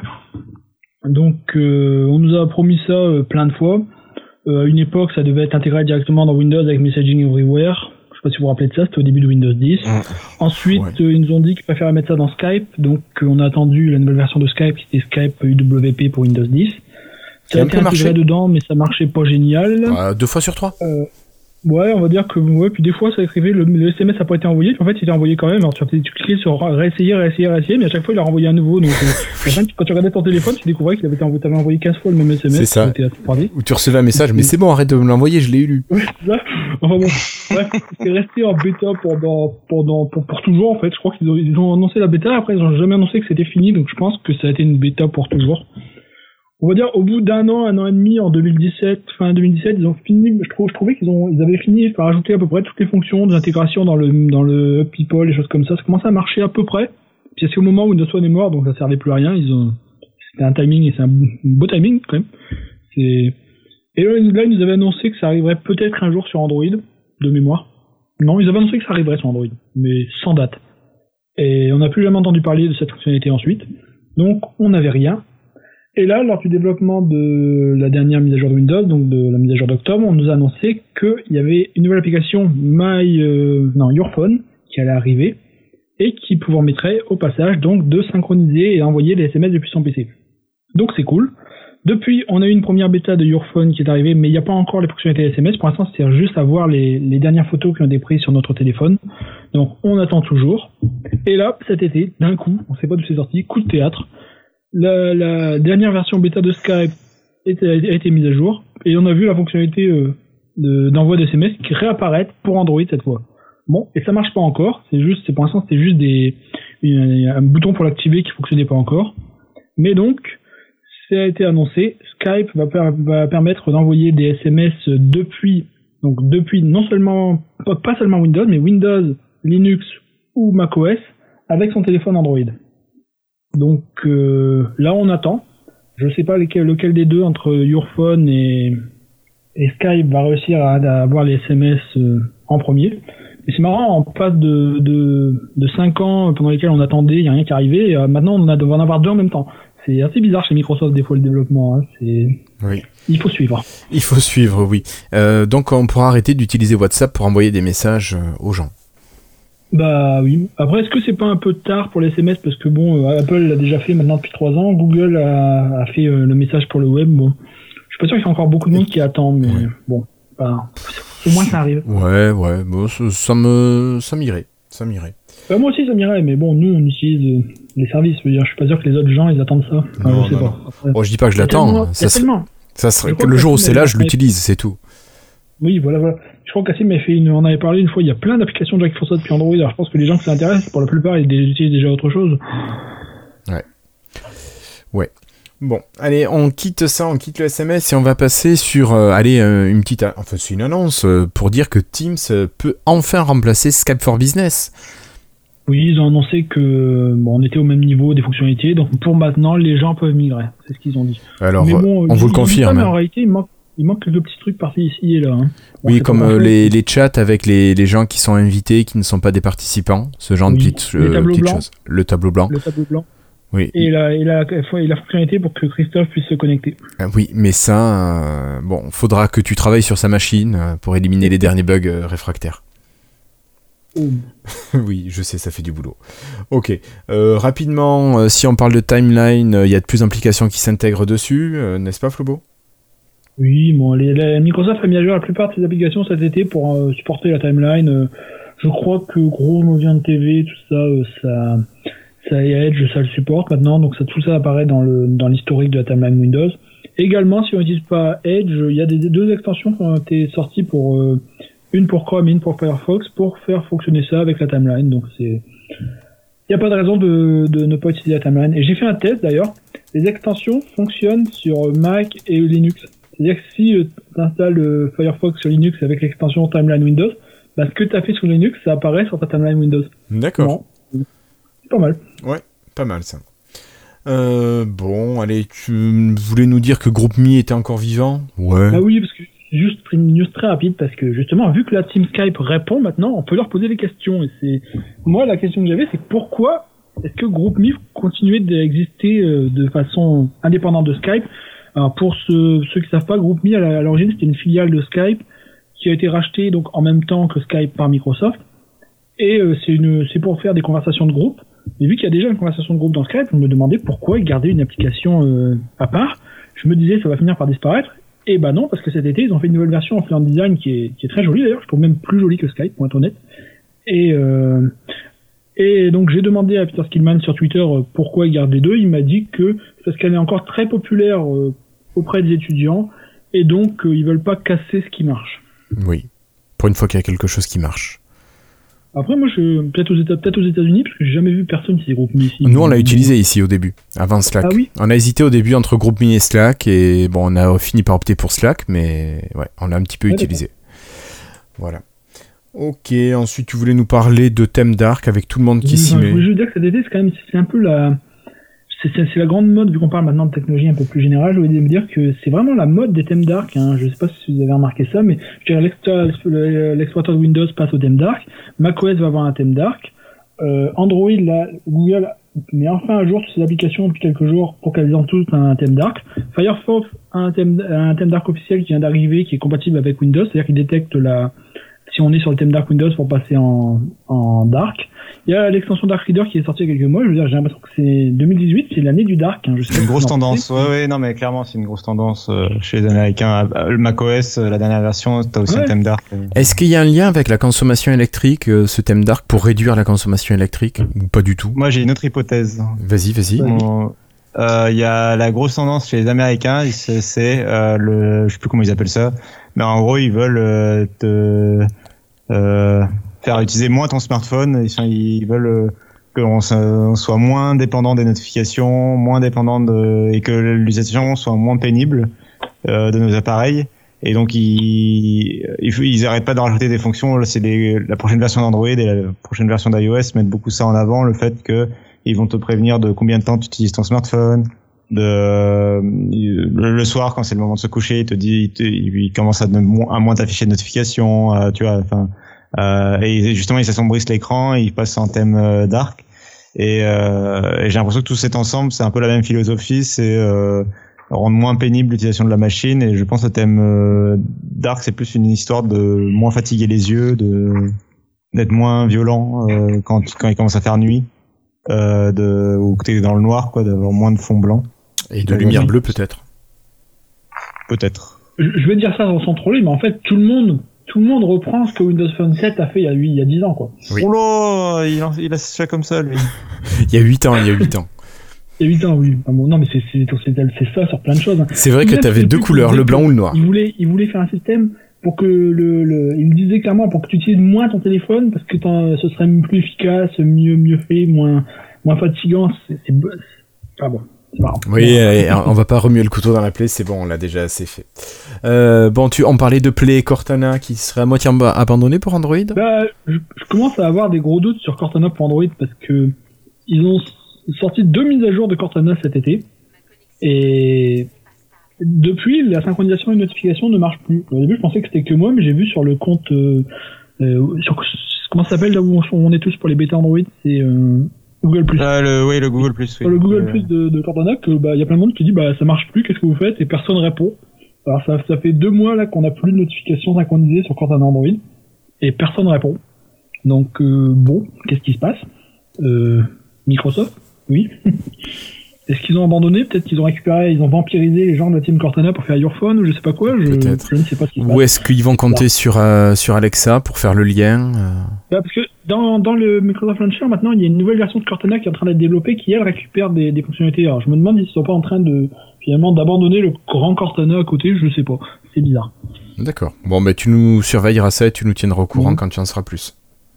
Donc euh, on nous a promis ça euh, plein de fois. Euh, à une époque, ça devait être intégré directement dans Windows avec Messaging Everywhere. Je sais pas si vous vous rappelez de ça, c'était au début de Windows dix. Mmh. Ensuite, ouais. euh, ils nous ont dit qu'ils préféraient mettre ça dans Skype. Donc euh, on a attendu la nouvelle version de Skype, qui était Skype U W P pour Windows dix. Ça a été intégré dedans, mais ça marchait pas génial. Euh, deux fois sur trois euh, Ouais, on va dire que ouais, puis des fois ça écrivait le, le S M S n'a pas été envoyé, puis en fait il était envoyé quand même. Alors tu, tu cliquais sur réessayer, réessayer, réessayer, mais à chaque fois il a renvoyé à nouveau. Donc euh, quand tu regardais ton téléphone, tu découvrais qu'il avait été envoyé, t'avais envoyé quinze fois le même S M S. C'est ça. Ou tu recevais un message, mais c'est bon, arrête de me l'envoyer, je l'ai eu. Ouais, c'est ça. Enfin bon, bref, c'est resté en bêta pendant, pendant, pour, pour toujours en fait. Je crois qu'ils ont, ils ont annoncé la bêta, après ils ont jamais annoncé que c'était fini, donc je pense que ça a été une bêta pour toujours. On va dire, au bout d'un an, un an et demi, en deux mille dix-sept, fin deux mille dix-sept, ils ont fini, je trouve, je trouvais qu'ils ont, ils avaient fini par ajouter à peu près toutes les fonctions d'intégration dans le, dans le Hub People, les choses comme ça. Ça commençait à marcher à peu près. Puis c'est au moment où Windows One est mort, donc ça servait plus à rien. Ils ont, c'était un timing et c'est un beau timing, quand même. C'est, et là, là, ils nous avaient annoncé que ça arriverait peut-être un jour sur Android, de mémoire. Non, ils avaient annoncé que ça arriverait sur Android, mais sans date. Et on n'a plus jamais entendu parler de cette fonctionnalité ensuite. Donc on n'avait rien. Et là, lors du développement de la dernière mise à jour de Windows, donc de la mise à jour d'octobre, on nous a annoncé qu'il y avait une nouvelle application My euh, non Your Phone qui allait arriver et qui permettrait au passage donc de synchroniser et envoyer les S M S depuis son P C. Donc c'est cool. Depuis, on a eu une première bêta de Your Phone qui est arrivée, mais il n'y a pas encore les fonctionnalités S M S. Pour l'instant, c'est juste à voir les, les dernières photos qui ont été prises sur notre téléphone. Donc on attend toujours. Et là, cet été, d'un coup, on ne sait pas d'où c'est sorti, coup de théâtre. La, la dernière version bêta de Skype a été, a été mise à jour et on a vu la fonctionnalité euh, de, d'envoi de S M S qui réapparaît pour Android cette fois. Bon, et ça marche pas encore, c'est juste, c'est pour l'instant c'était juste des, une, un bouton pour l'activer qui fonctionnait pas encore. Mais donc, ça a été annoncé, Skype va, per, va permettre d'envoyer des S M S depuis, donc depuis non seulement, pas, pas seulement Windows, mais Windows, Linux ou macOS avec son téléphone Android. Donc euh, là on attend. Je sais pas lequel, lequel des deux entre Your Phone et, et Skype va réussir à, à avoir les S M S euh, en premier. Et c'est marrant, on passe de, de, de cinq ans pendant lesquels on attendait, il n'y a rien qui arrivait, et euh, maintenant on, a, on va en avoir deux en même temps. C'est assez bizarre chez Microsoft des fois le développement. Hein. C'est... Oui. Il faut suivre. Il faut suivre, oui. Euh, donc on pourra arrêter d'utiliser WhatsApp pour envoyer des messages aux gens. Bah oui. Après, est-ce que c'est pas un peu tard pour les S M S parce que bon, euh, Apple l'a déjà fait maintenant depuis trois ans, Google a, a fait euh, le message pour le web. Bon, je suis pas sûr qu'il y a encore beaucoup de monde qui attend, mais ouais. bon, bah, au moins ça arrive. Ouais, ouais, bon, ça, ça me, ça m'irait, ça m'irait. Bah, moi aussi ça m'irait, mais bon, nous on utilise euh, les services. Je veux dire, je suis pas sûr que les autres gens ils attendent ça. Enfin, non, je sais non, pas. non. Après, oh, je dis pas que je l'attends. Ça, tellement, ça serait que le jour où c'est là, je l'utilise, c'est tout. Oui, voilà, voilà. Je crois qu'Assim m'avait fait une, on avait parlé une fois, il y a plein d'applications déjà qui font ça depuis Android, alors je pense que les gens qui s'intéressent, pour la plupart, ils utilisent déjà autre chose. Ouais. Ouais. Bon, allez, on quitte ça, on quitte le S M S et on va passer sur, euh, allez, euh, une petite, enfin c'est une annonce euh, pour dire que Teams euh, peut enfin remplacer Skype for Business. Oui, ils ont annoncé que bon, on était au même niveau des fonctionnalités, donc pour maintenant, les gens peuvent migrer, c'est ce qu'ils ont dit. Alors, mais bon, on vous le confirme. Pas, mais en réalité, il manque Il manque quelques petits trucs par ici et là. Hein. Oui, bon, comme euh, les, les chats avec les, les gens qui sont invités, qui ne sont pas des participants, ce genre oui. de petites, euh, petites choses. Le tableau blanc. Le tableau blanc. Oui. Et la, et, la, et la fonctionnalité pour que Christophe puisse se connecter. Ah, oui, mais ça, euh, bon, faudra que tu travailles sur sa machine euh, pour éliminer les derniers bugs euh, réfractaires. Oh. Oui, je sais, ça fait du boulot. Ok. Euh, rapidement, euh, si on parle de timeline, il euh, y a de plus d'applications qui s'intègrent dessus, euh, n'est-ce pas, Flobo ? Oui, bon, les, la, Microsoft a mis à jour la plupart de ses applications cet été pour euh, supporter la timeline. Euh, je crois que Gros Movian T V, tout ça, euh, ça, ça Edge, ça le supporte maintenant, donc ça, tout ça apparaît dans le dans l'historique de la timeline Windows. Également, si on n'utilise pas Edge, il y a des deux extensions qui ont été sorties pour euh, une pour Chrome et une pour Firefox pour faire fonctionner ça avec la timeline. Donc c'est, il n'y a pas de raison de, de ne pas utiliser la timeline. Et j'ai fait un test d'ailleurs. Les extensions fonctionnent sur Mac et Linux. C'est-à-dire que si euh, tu installes euh, Firefox sur Linux avec l'extension Timeline Windows, bah, ce que tu as fait sur Linux, ça apparaît sur ta Timeline Windows. D'accord. Bon. C'est pas mal. Ouais, pas mal ça. Euh, bon, allez, tu voulais nous dire que GroupMe était encore vivant ? Ouais. Bah oui, parce que juste une news très rapide, parce que justement, vu que la team Skype répond maintenant, on peut leur poser des questions. Et c'est moi, la question que j'avais, c'est pourquoi est-ce que GroupMe continuait d'exister euh, de façon indépendante de Skype ? Alors pour ceux, ceux qui savent pas, GroupMe à l'origine c'était une filiale de Skype qui a été rachetée donc en même temps que Skype par Microsoft et euh, c'est une c'est pour faire des conversations de groupe. Mais vu qu'il y a déjà une conversation de groupe dans Skype, je me demandais pourquoi ils gardaient une application euh, à part. Je me disais ça va finir par disparaître. Et bah non, parce que cet été ils ont fait une nouvelle version en Fluent Design qui est qui est très jolie d'ailleurs, je trouve même plus jolie que Skype pour être honnête. Et euh, Et donc j'ai demandé à Peter Skillman sur Twitter euh, pourquoi il garde les deux. Il m'a dit que c'est parce qu'elle est encore très populaire euh, auprès des étudiants et donc euh, ils veulent pas casser ce qui marche. Oui, pour une fois qu'il y a quelque chose qui marche. Après moi je peut-être aux États peut-être aux États-Unis parce que j'ai jamais vu personne qui GroupMe ici. Nous on l'a utilisé ici au début, avant Slack. Ah oui. On a hésité au début entre GroupMe et Slack et bon on a fini par opter pour Slack, mais ouais on l'a un petit peu ah, utilisé. D'accord. Voilà. Ok, ensuite tu voulais nous parler de thème dark avec tout le monde qui oui, s'y met. Je voulais dire que cet été c'est quand même c'est un peu la c'est, c'est, c'est la grande mode vu qu'on parle maintenant de technologie un peu plus générale. Je voulais me dire que c'est vraiment la mode des thèmes dark. Hein. Je sais pas si vous avez remarqué ça, mais je dirais l'explo- l'exploiteur de Windows passe au thème dark. macOS va avoir un thème dark. Euh, Android là, Google met enfin à jour toutes ces applications depuis quelques jours pour qu'elles aient toutes un thème dark. Firefox a un thème, un thème dark officiel qui vient d'arriver, qui est compatible avec Windows, c'est-à-dire qu'il détecte la, si on est sur le thème dark Windows pour passer en, en dark. Il y a l'extension Dark Reader qui est sortie il y a quelques mois. Je veux dire, j'ai l'impression que c'est deux mille dix-huit, c'est l'année du dark. Hein. Je sais c'est une grosse tendance. Ouais, ouais, non, mais clairement, c'est une grosse tendance euh, chez les Américains. Le macOS, la dernière version, t'as aussi ouais. un thème dark. Est-ce qu'il y a un lien avec la consommation électrique, euh, ce thème dark, pour réduire la consommation électrique ou pas du tout? Moi, j'ai une autre hypothèse. Vas-y, vas-y. Il bon, euh, y a la grosse tendance chez les Américains, c'est, c'est euh, le, je sais plus comment ils appellent ça, mais en gros, ils veulent euh, te euh, faire utiliser moins ton smartphone. Ils, ils veulent euh, qu'on soit moins dépendant des notifications, moins dépendant de, et que l'utilisation soit moins pénible euh, de nos appareils. Et donc ils ils, ils arrêtent pas de rajouter des fonctions. Là, c'est des, la prochaine version d'Android et la prochaine version d'iOS mettent beaucoup ça en avant, le fait que ils vont te prévenir de combien de temps tu utilises ton smartphone, de le, le soir quand c'est le moment de se coucher, il te dit, il, te, il commence à, de, à moins t'afficher de notifications, euh, tu vois, enfin. Euh, et justement, il s'assombrisse l'écran, et il passe en thème euh, dark. Et, euh, et j'ai l'impression que tout cet ensemble, c'est un peu la même philosophie, c'est euh, rendre moins pénible l'utilisation de la machine. Et je pense que le thème euh, dark, c'est plus une histoire de moins fatiguer les yeux, de d'être moins violent euh, quand quand il commence à faire nuit, euh, de ou que t'es dans le noir, quoi, d'avoir moins de fond blanc. Et de lumière bleue peut-être. Peut-être. Je, je vais dire ça sans troller, mais en fait, tout le monde. Tout le monde reprend ce que Windows Phone sept a fait il y a, il y a dix ans, quoi. Oui. Oh là, il a, il a fait comme ça, lui. il y a huit ans, il y a huit ans. Il y a huit ans, oui. Ah bon, non, mais c'est, c'est, c'est, c'est ça sur plein de choses. Hein. C'est vrai que tu avais deux couleurs, le blanc ou le noir. Il voulait, il voulait faire un système pour que le, le, il me disait clairement pour que tu utilises moins ton téléphone parce que ce serait plus efficace, mieux, mieux fait, moins, moins fatigant. C'est, c'est, c'est... Ah bon. Oui, et on va pas remuer le couteau dans la plaie, c'est bon, on l'a déjà assez fait. Euh, bon, tu, on parlait de Play Cortana qui serait à moitié abandonné pour Android. Bah, je, je commence à avoir des gros doutes sur Cortana pour Android parce que ils ont sorti deux mises à jour de Cortana cet été et depuis la synchronisation et notification ne marche plus. Au début, je pensais que c'était que moi, mais j'ai vu sur le compte euh, euh, sur comment ça s'appelle là où on est tous pour les bêta Android, c'est euh, Google Plus. Ah, le, oui, le Google Plus, oui. Sur le Google Plus de, de Cortana, que, bah, y a plein de monde qui dit, bah, ça marche plus, qu'est-ce que vous faites? Et personne répond. Alors, ça, ça fait deux mois, là, qu'on n'a plus de notifications synchronisées sur Cortana Android. Et personne répond. Donc, euh, bon, qu'est-ce qui se passe? Euh, Microsoft? Oui. Est-ce qu'ils ont abandonné? Peut-être qu'ils ont récupéré, ils ont vampirisé les gens de la team Cortana pour faire Your Phone, ou je sais pas quoi, je, Peut-être. je ne sais pas ce qui se passe. Ou est-ce qu'ils vont compter sur, euh, sur Alexa pour faire le lien? euh... Bah, parce que dans, dans le Microsoft Launcher, maintenant, il y a une nouvelle version de Cortana qui est en train d'être développée qui, elle, récupère des, des fonctionnalités. Alors, je me demande s'ils sont pas en train de, finalement, d'abandonner le grand Cortana à côté, je sais pas. C'est bizarre. D'accord. Bon, bah, tu nous surveilleras ça et tu nous tiendras au courant mmh. quand tu en seras plus.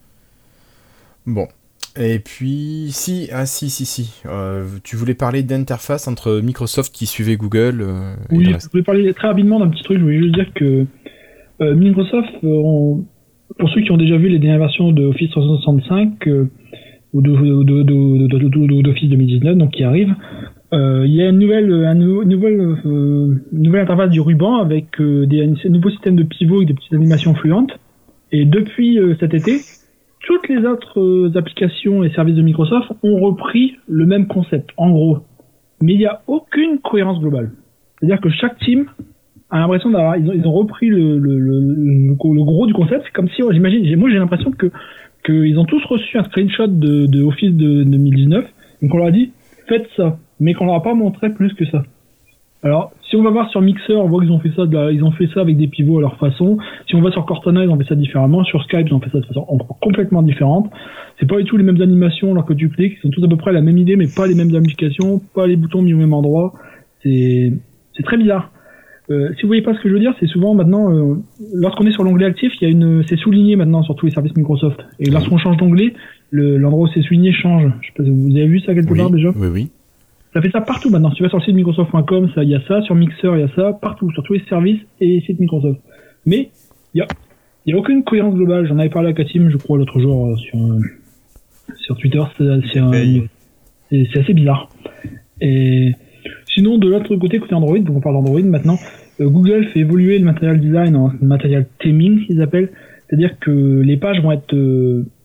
Bon. Et puis, si, ah si, si, si, euh, tu voulais parler d'interface entre Microsoft qui suivait Google euh, et oui, le reste. Je voulais parler très rapidement d'un petit truc, je voulais juste dire que euh, Microsoft, euh, on, pour ceux qui ont déjà vu les dernières versions de Office trois cent soixante-cinq euh, ou de, de, de, de, de, de, d'Office deux mille dix-neuf, donc qui arrive, euh, il y a une nouvelle, un nou, nouvelle, euh, nouvelle interface du ruban avec euh, des, un nouveau système de pivot avec des petites animations fluentes, et depuis euh, cet été, toutes les autres euh, applications et services de Microsoft ont repris le même concept, en gros. Mais il n'y a aucune cohérence globale. C'est-à-dire que chaque team a l'impression d'avoir... Ils ont, ils ont repris le, le, le, le, le gros du concept. C'est comme si, j'imagine, moi j'ai l'impression que qu'ils ont tous reçu un screenshot de, de Office de, de deux mille dix-neuf, donc on leur a dit, faites ça, mais qu'on leur a pas montré plus que ça. Alors, si on va voir sur Mixer, on voit qu'ils ont fait ça, de la, ils ont fait ça avec des pivots à leur façon. Si on va sur Cortana, ils ont fait ça différemment. Sur Skype, ils ont fait ça de façon complètement différente. C'est pas du tout les mêmes animations alors que tu cliques. Ils sont tous à peu près la même idée, mais pas les mêmes applications, pas les boutons mis au même endroit. C'est, c'est très bizarre. Euh, si vous voyez pas ce que je veux dire, c'est souvent maintenant, euh, lorsqu'on est sur l'onglet actif, il y a une, c'est souligné maintenant sur tous les services Microsoft. Et lorsqu'on change d'onglet, le, l'endroit où c'est souligné change. Je sais pas, vous avez vu ça quelque oui, part déjà? Oui, oui. Ça fait ça partout maintenant. Si tu vas sur le site Microsoft point com, ça, il y a ça. Sur Mixer, il y a ça. Partout, sur tous les services et sites Microsoft. Mais, il y a, il y a aucune cohérence globale. J'en avais parlé à Katim, je crois, l'autre jour, euh, sur, euh, sur Twitter. C'est, c'est, un, c'est, c'est assez bizarre. Et sinon, de l'autre côté, côté Android, donc on parle d'Android maintenant, euh, Google fait évoluer le material design en material theming, qu'ils appellent. C'est-à-dire que les pages vont être, euh,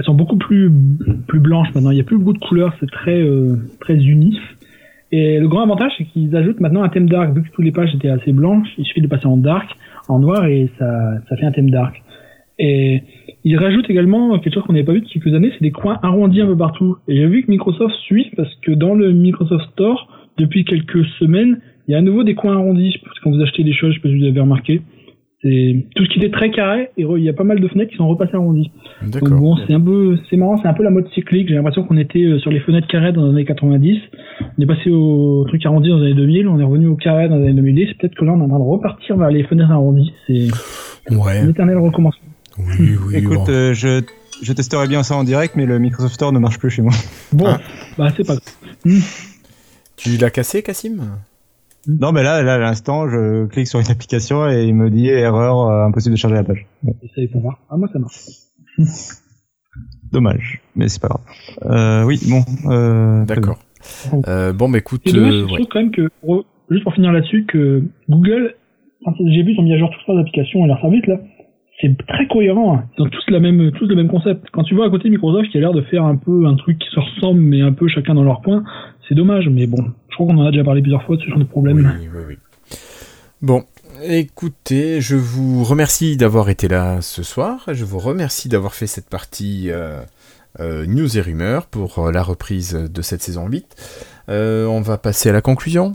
elles sont beaucoup plus plus blanches maintenant. Il y a plus beaucoup de couleurs, c'est très euh, très uni. Et le grand avantage, c'est qu'ils ajoutent maintenant un thème dark. Vu que toutes les pages étaient assez blanches, il suffit de passer en dark, en noir, et ça ça fait un thème dark. Et ils rajoutent également quelque chose qu'on n'avait pas vu depuis quelques années, c'est des coins arrondis un peu partout. Et j'ai vu que Microsoft suit, parce que dans le Microsoft Store, depuis quelques semaines, il y a à nouveau des coins arrondis. Parce que quand vous achetez des choses, je sais pas si vous avez remarqué, c'est tout ce qui était très carré, et il y a pas mal de fenêtres qui sont repassées arrondies. D'accord. Donc bon, c'est un peu, c'est marrant, c'est un peu la mode cyclique. J'ai l'impression qu'on était sur les fenêtres carrées dans les années quatre-vingt-dix. On est passé au truc arrondi dans les années deux mille, on est revenu au carré dans les années deux mille dix. Peut-être que là, on est en train de repartir vers les fenêtres arrondies. C'est ouais. un éternel recommencement. Oui, oui. Écoute, bon. euh, je, je testerai bien ça en direct, mais le Microsoft Store ne marche plus chez moi. Bon, Ah. bah c'est pas grave. Tu l'as cassé, Cassim? Non, mais là, là, à l'instant, je clique sur une application et il me dit erreur, euh, impossible de charger la page. Bon, Essayez pour voir. Ah, moi, ça marche. dommage, mais c'est pas grave. Euh, oui, bon. Euh, D'accord. Euh, bon, bah écoute, C'est dommage, euh, je ouais. trouve quand même que, pour- juste pour finir là-dessus, que Google, quand j'ai vu, ils ont mis à jour toutes leurs applications et leurs services, là, c'est très cohérent. Hein. Ils ont tous, la même, tous le même concept. Quand tu vois à côté Microsoft qui a l'air de faire un peu un truc qui se ressemble, mais un peu chacun dans leur coin, c'est dommage. Mais bon, je crois qu'on en a déjà parlé plusieurs fois de ce genre de problème. Oui, oui, oui. Bon, écoutez, je vous remercie d'avoir été là ce soir. Je vous remercie d'avoir fait cette partie euh, euh, news et rumeurs pour euh, la reprise de cette saison huit. Euh, on va passer à la conclusion.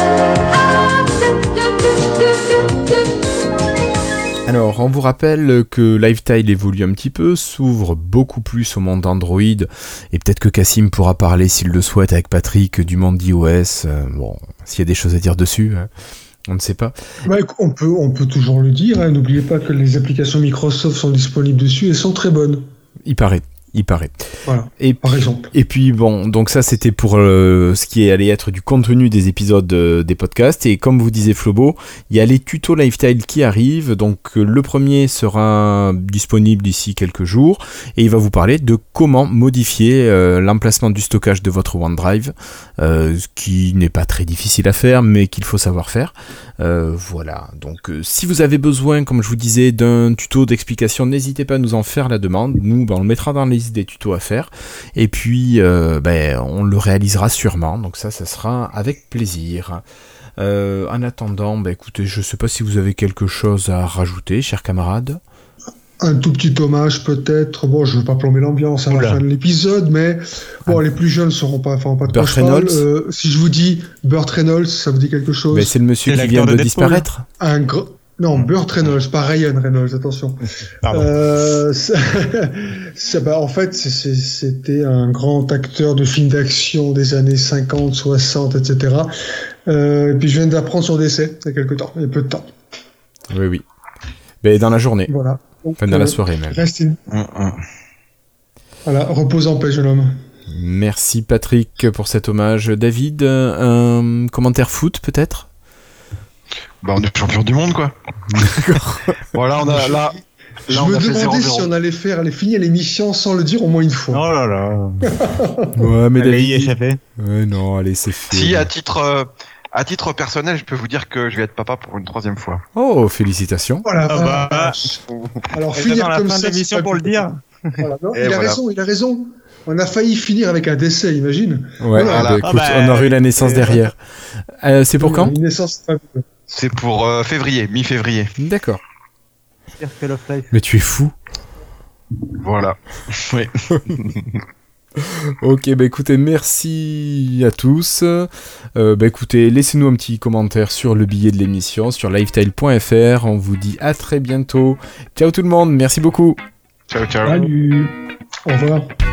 Alors, on vous rappelle que Lifetile évolue un petit peu, s'ouvre beaucoup plus au monde Android, et peut-être que Cassim pourra parler, s'il le souhaite, avec Patrick, du monde d'iOS. Euh, bon, s'il y a des choses à dire dessus, hein, on ne sait pas. Bah, on peut, on peut toujours le dire. Hein. N'oubliez pas que les applications Microsoft sont disponibles dessus et sont très bonnes. Il paraît, il paraît. Voilà, Et par exemple. Et puis bon, donc ça c'était pour euh, ce qui allait être du contenu des épisodes euh, des podcasts. Et comme vous disait Flobo, il y a les tutos Lifetile qui arrivent. Donc euh, le premier sera disponible d'ici quelques jours et il va vous parler de comment modifier euh, l'emplacement du stockage de votre OneDrive, euh, ce qui n'est pas très difficile à faire, mais qu'il faut savoir faire. Euh, voilà. Donc euh, si vous avez besoin, comme je vous disais, d'un tuto d'explication, n'hésitez pas à nous en faire la demande. Nous, ben, on le mettra dans la liste des tutos à faire. Et puis, euh, ben, on le réalisera sûrement. Donc ça, ça sera avec plaisir. Euh, en attendant, ben, écoutez, je ne sais pas si vous avez quelque chose à rajouter, chers camarades. Un tout petit hommage peut-être. Bon, je ne veux pas plomber l'ambiance à la Oula. fin de l'épisode, mais bon, les plus jeunes ne sauront pas, enfin, pas de quoi Burt je parle. Reynolds. Euh, si je vous dis Burt Reynolds, ça vous dit quelque chose? Ben, c'est le monsieur C'est qui vient l'acteur de, de Deadpool. disparaître. Un gros. Non, Burt Reynolds, pas Ryan Reynolds, attention. Pardon. Euh, ça- ça- bah, en fait, c'est- c'est- c'était un grand acteur de films d'action des années cinquante, soixante, et cetera. Euh, et puis je viens d'apprendre son décès il y a quelque temps, il y a peu de temps. Oui, oui. Ben, dans la journée. Voilà. Donc, Enfin, dans la euh, soirée même. reste une- Hum, hum. Voilà, repose en paix, jeune homme. Merci Patrick pour cet hommage. David, un commentaire foot peut-être? Bah, on est champion du monde, quoi. D'accord. Voilà, on a là. Je Là, on me a fait demandais zéro zéro. si on allait faire, aller finir l'émission sans le dire au moins une fois. Oh là là. Ouais, mais Allez y David. échapper. Ouais, non, allez, c'est fait. Si, à titre, euh, à titre personnel, je peux vous dire que je vais être papa pour une troisième fois. Oh, félicitations. Voilà. Ah bah. Alors Et finir j'attends la comme fin de ça, l'émission c'est pas pour le bien. dire. Voilà, non, Et il a voilà. raison, il a raison. On a failli finir avec un décès, imagine. Ouais, Voilà. bah, écoute, Ah bah, on aurait eu la naissance euh, derrière. Euh, c'est pour quand? Une naissance fabuleuse. C'est pour euh, février, mi-février. D'accord. Circle of Life. Mais tu es fou. Voilà. Oui. Ok, bah écoutez, merci à tous. Euh, bah écoutez, laissez-nous un petit commentaire sur le billet de l'émission, sur lifetile point f r. On vous dit à très bientôt. Ciao tout le monde, merci beaucoup. Ciao, ciao. Salut. Au revoir.